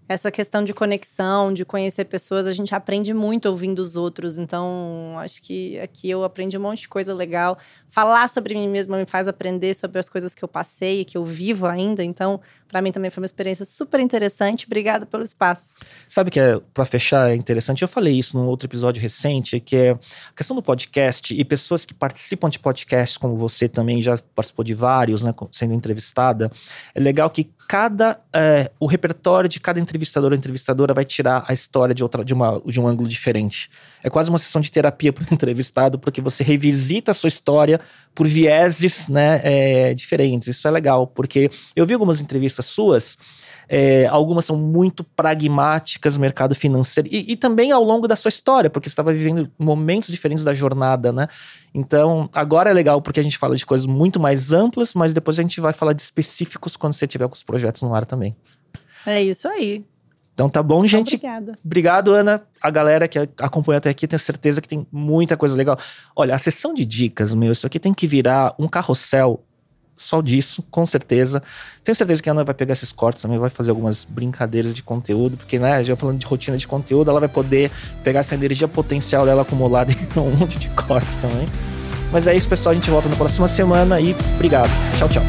B: essa questão de conexão, de conhecer pessoas, a gente aprende muito ouvindo os outros. Então, acho que aqui eu aprendi um monte de coisa legal. Falar sobre mim mesma me faz aprender sobre as coisas que eu passei e que eu vivo ainda. Então, para mim também foi uma experiência super interessante. Obrigada pelo espaço.
A: Sabe que, para fechar, é interessante? Eu falei isso num outro episódio recente, que é a questão do podcast e pessoas que participam de podcasts, como você também já participou de vários, né, sendo entrevistada. É legal que o repertório de cada entrevistador ou entrevistadora vai tirar a história de um ângulo diferente. É quase uma sessão de terapia para o entrevistado, porque você revisita a sua história por vieses, né, diferentes. Isso é legal, porque eu vi algumas entrevistas suas, algumas são muito pragmáticas no mercado financeiro e também ao longo da sua história, porque você estava vivendo momentos diferentes da jornada, né? Então, agora é legal porque a gente fala de coisas muito mais amplas, mas depois a gente vai falar de específicos quando você tiver com os projetos no ar também.
B: É isso aí.
A: Então tá bom, gente.
B: Obrigada.
A: Obrigado, Ana. A galera que acompanha até aqui, tenho certeza que tem muita coisa legal. Olha, a sessão de dicas, isso aqui tem que virar um carrossel só disso, com certeza. Tenho certeza que a Ana vai pegar esses cortes também, vai fazer algumas brincadeiras de conteúdo, porque, né, já falando de rotina de conteúdo, ela vai poder pegar essa energia potencial dela acumulada em um monte de cortes também. Mas é isso, pessoal. A gente volta na próxima semana e obrigado. Tchau, tchau.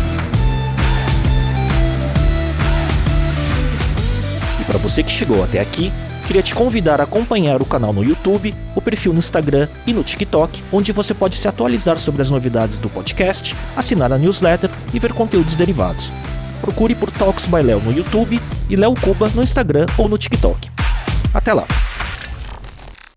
A: E para você que chegou até aqui, queria te convidar a acompanhar o canal no YouTube, o perfil no Instagram e no TikTok, onde você pode se atualizar sobre as novidades do podcast, assinar a newsletter e ver conteúdos derivados. Procure por Talks by Léo no YouTube e Léo Cuba no Instagram ou no TikTok. Até lá!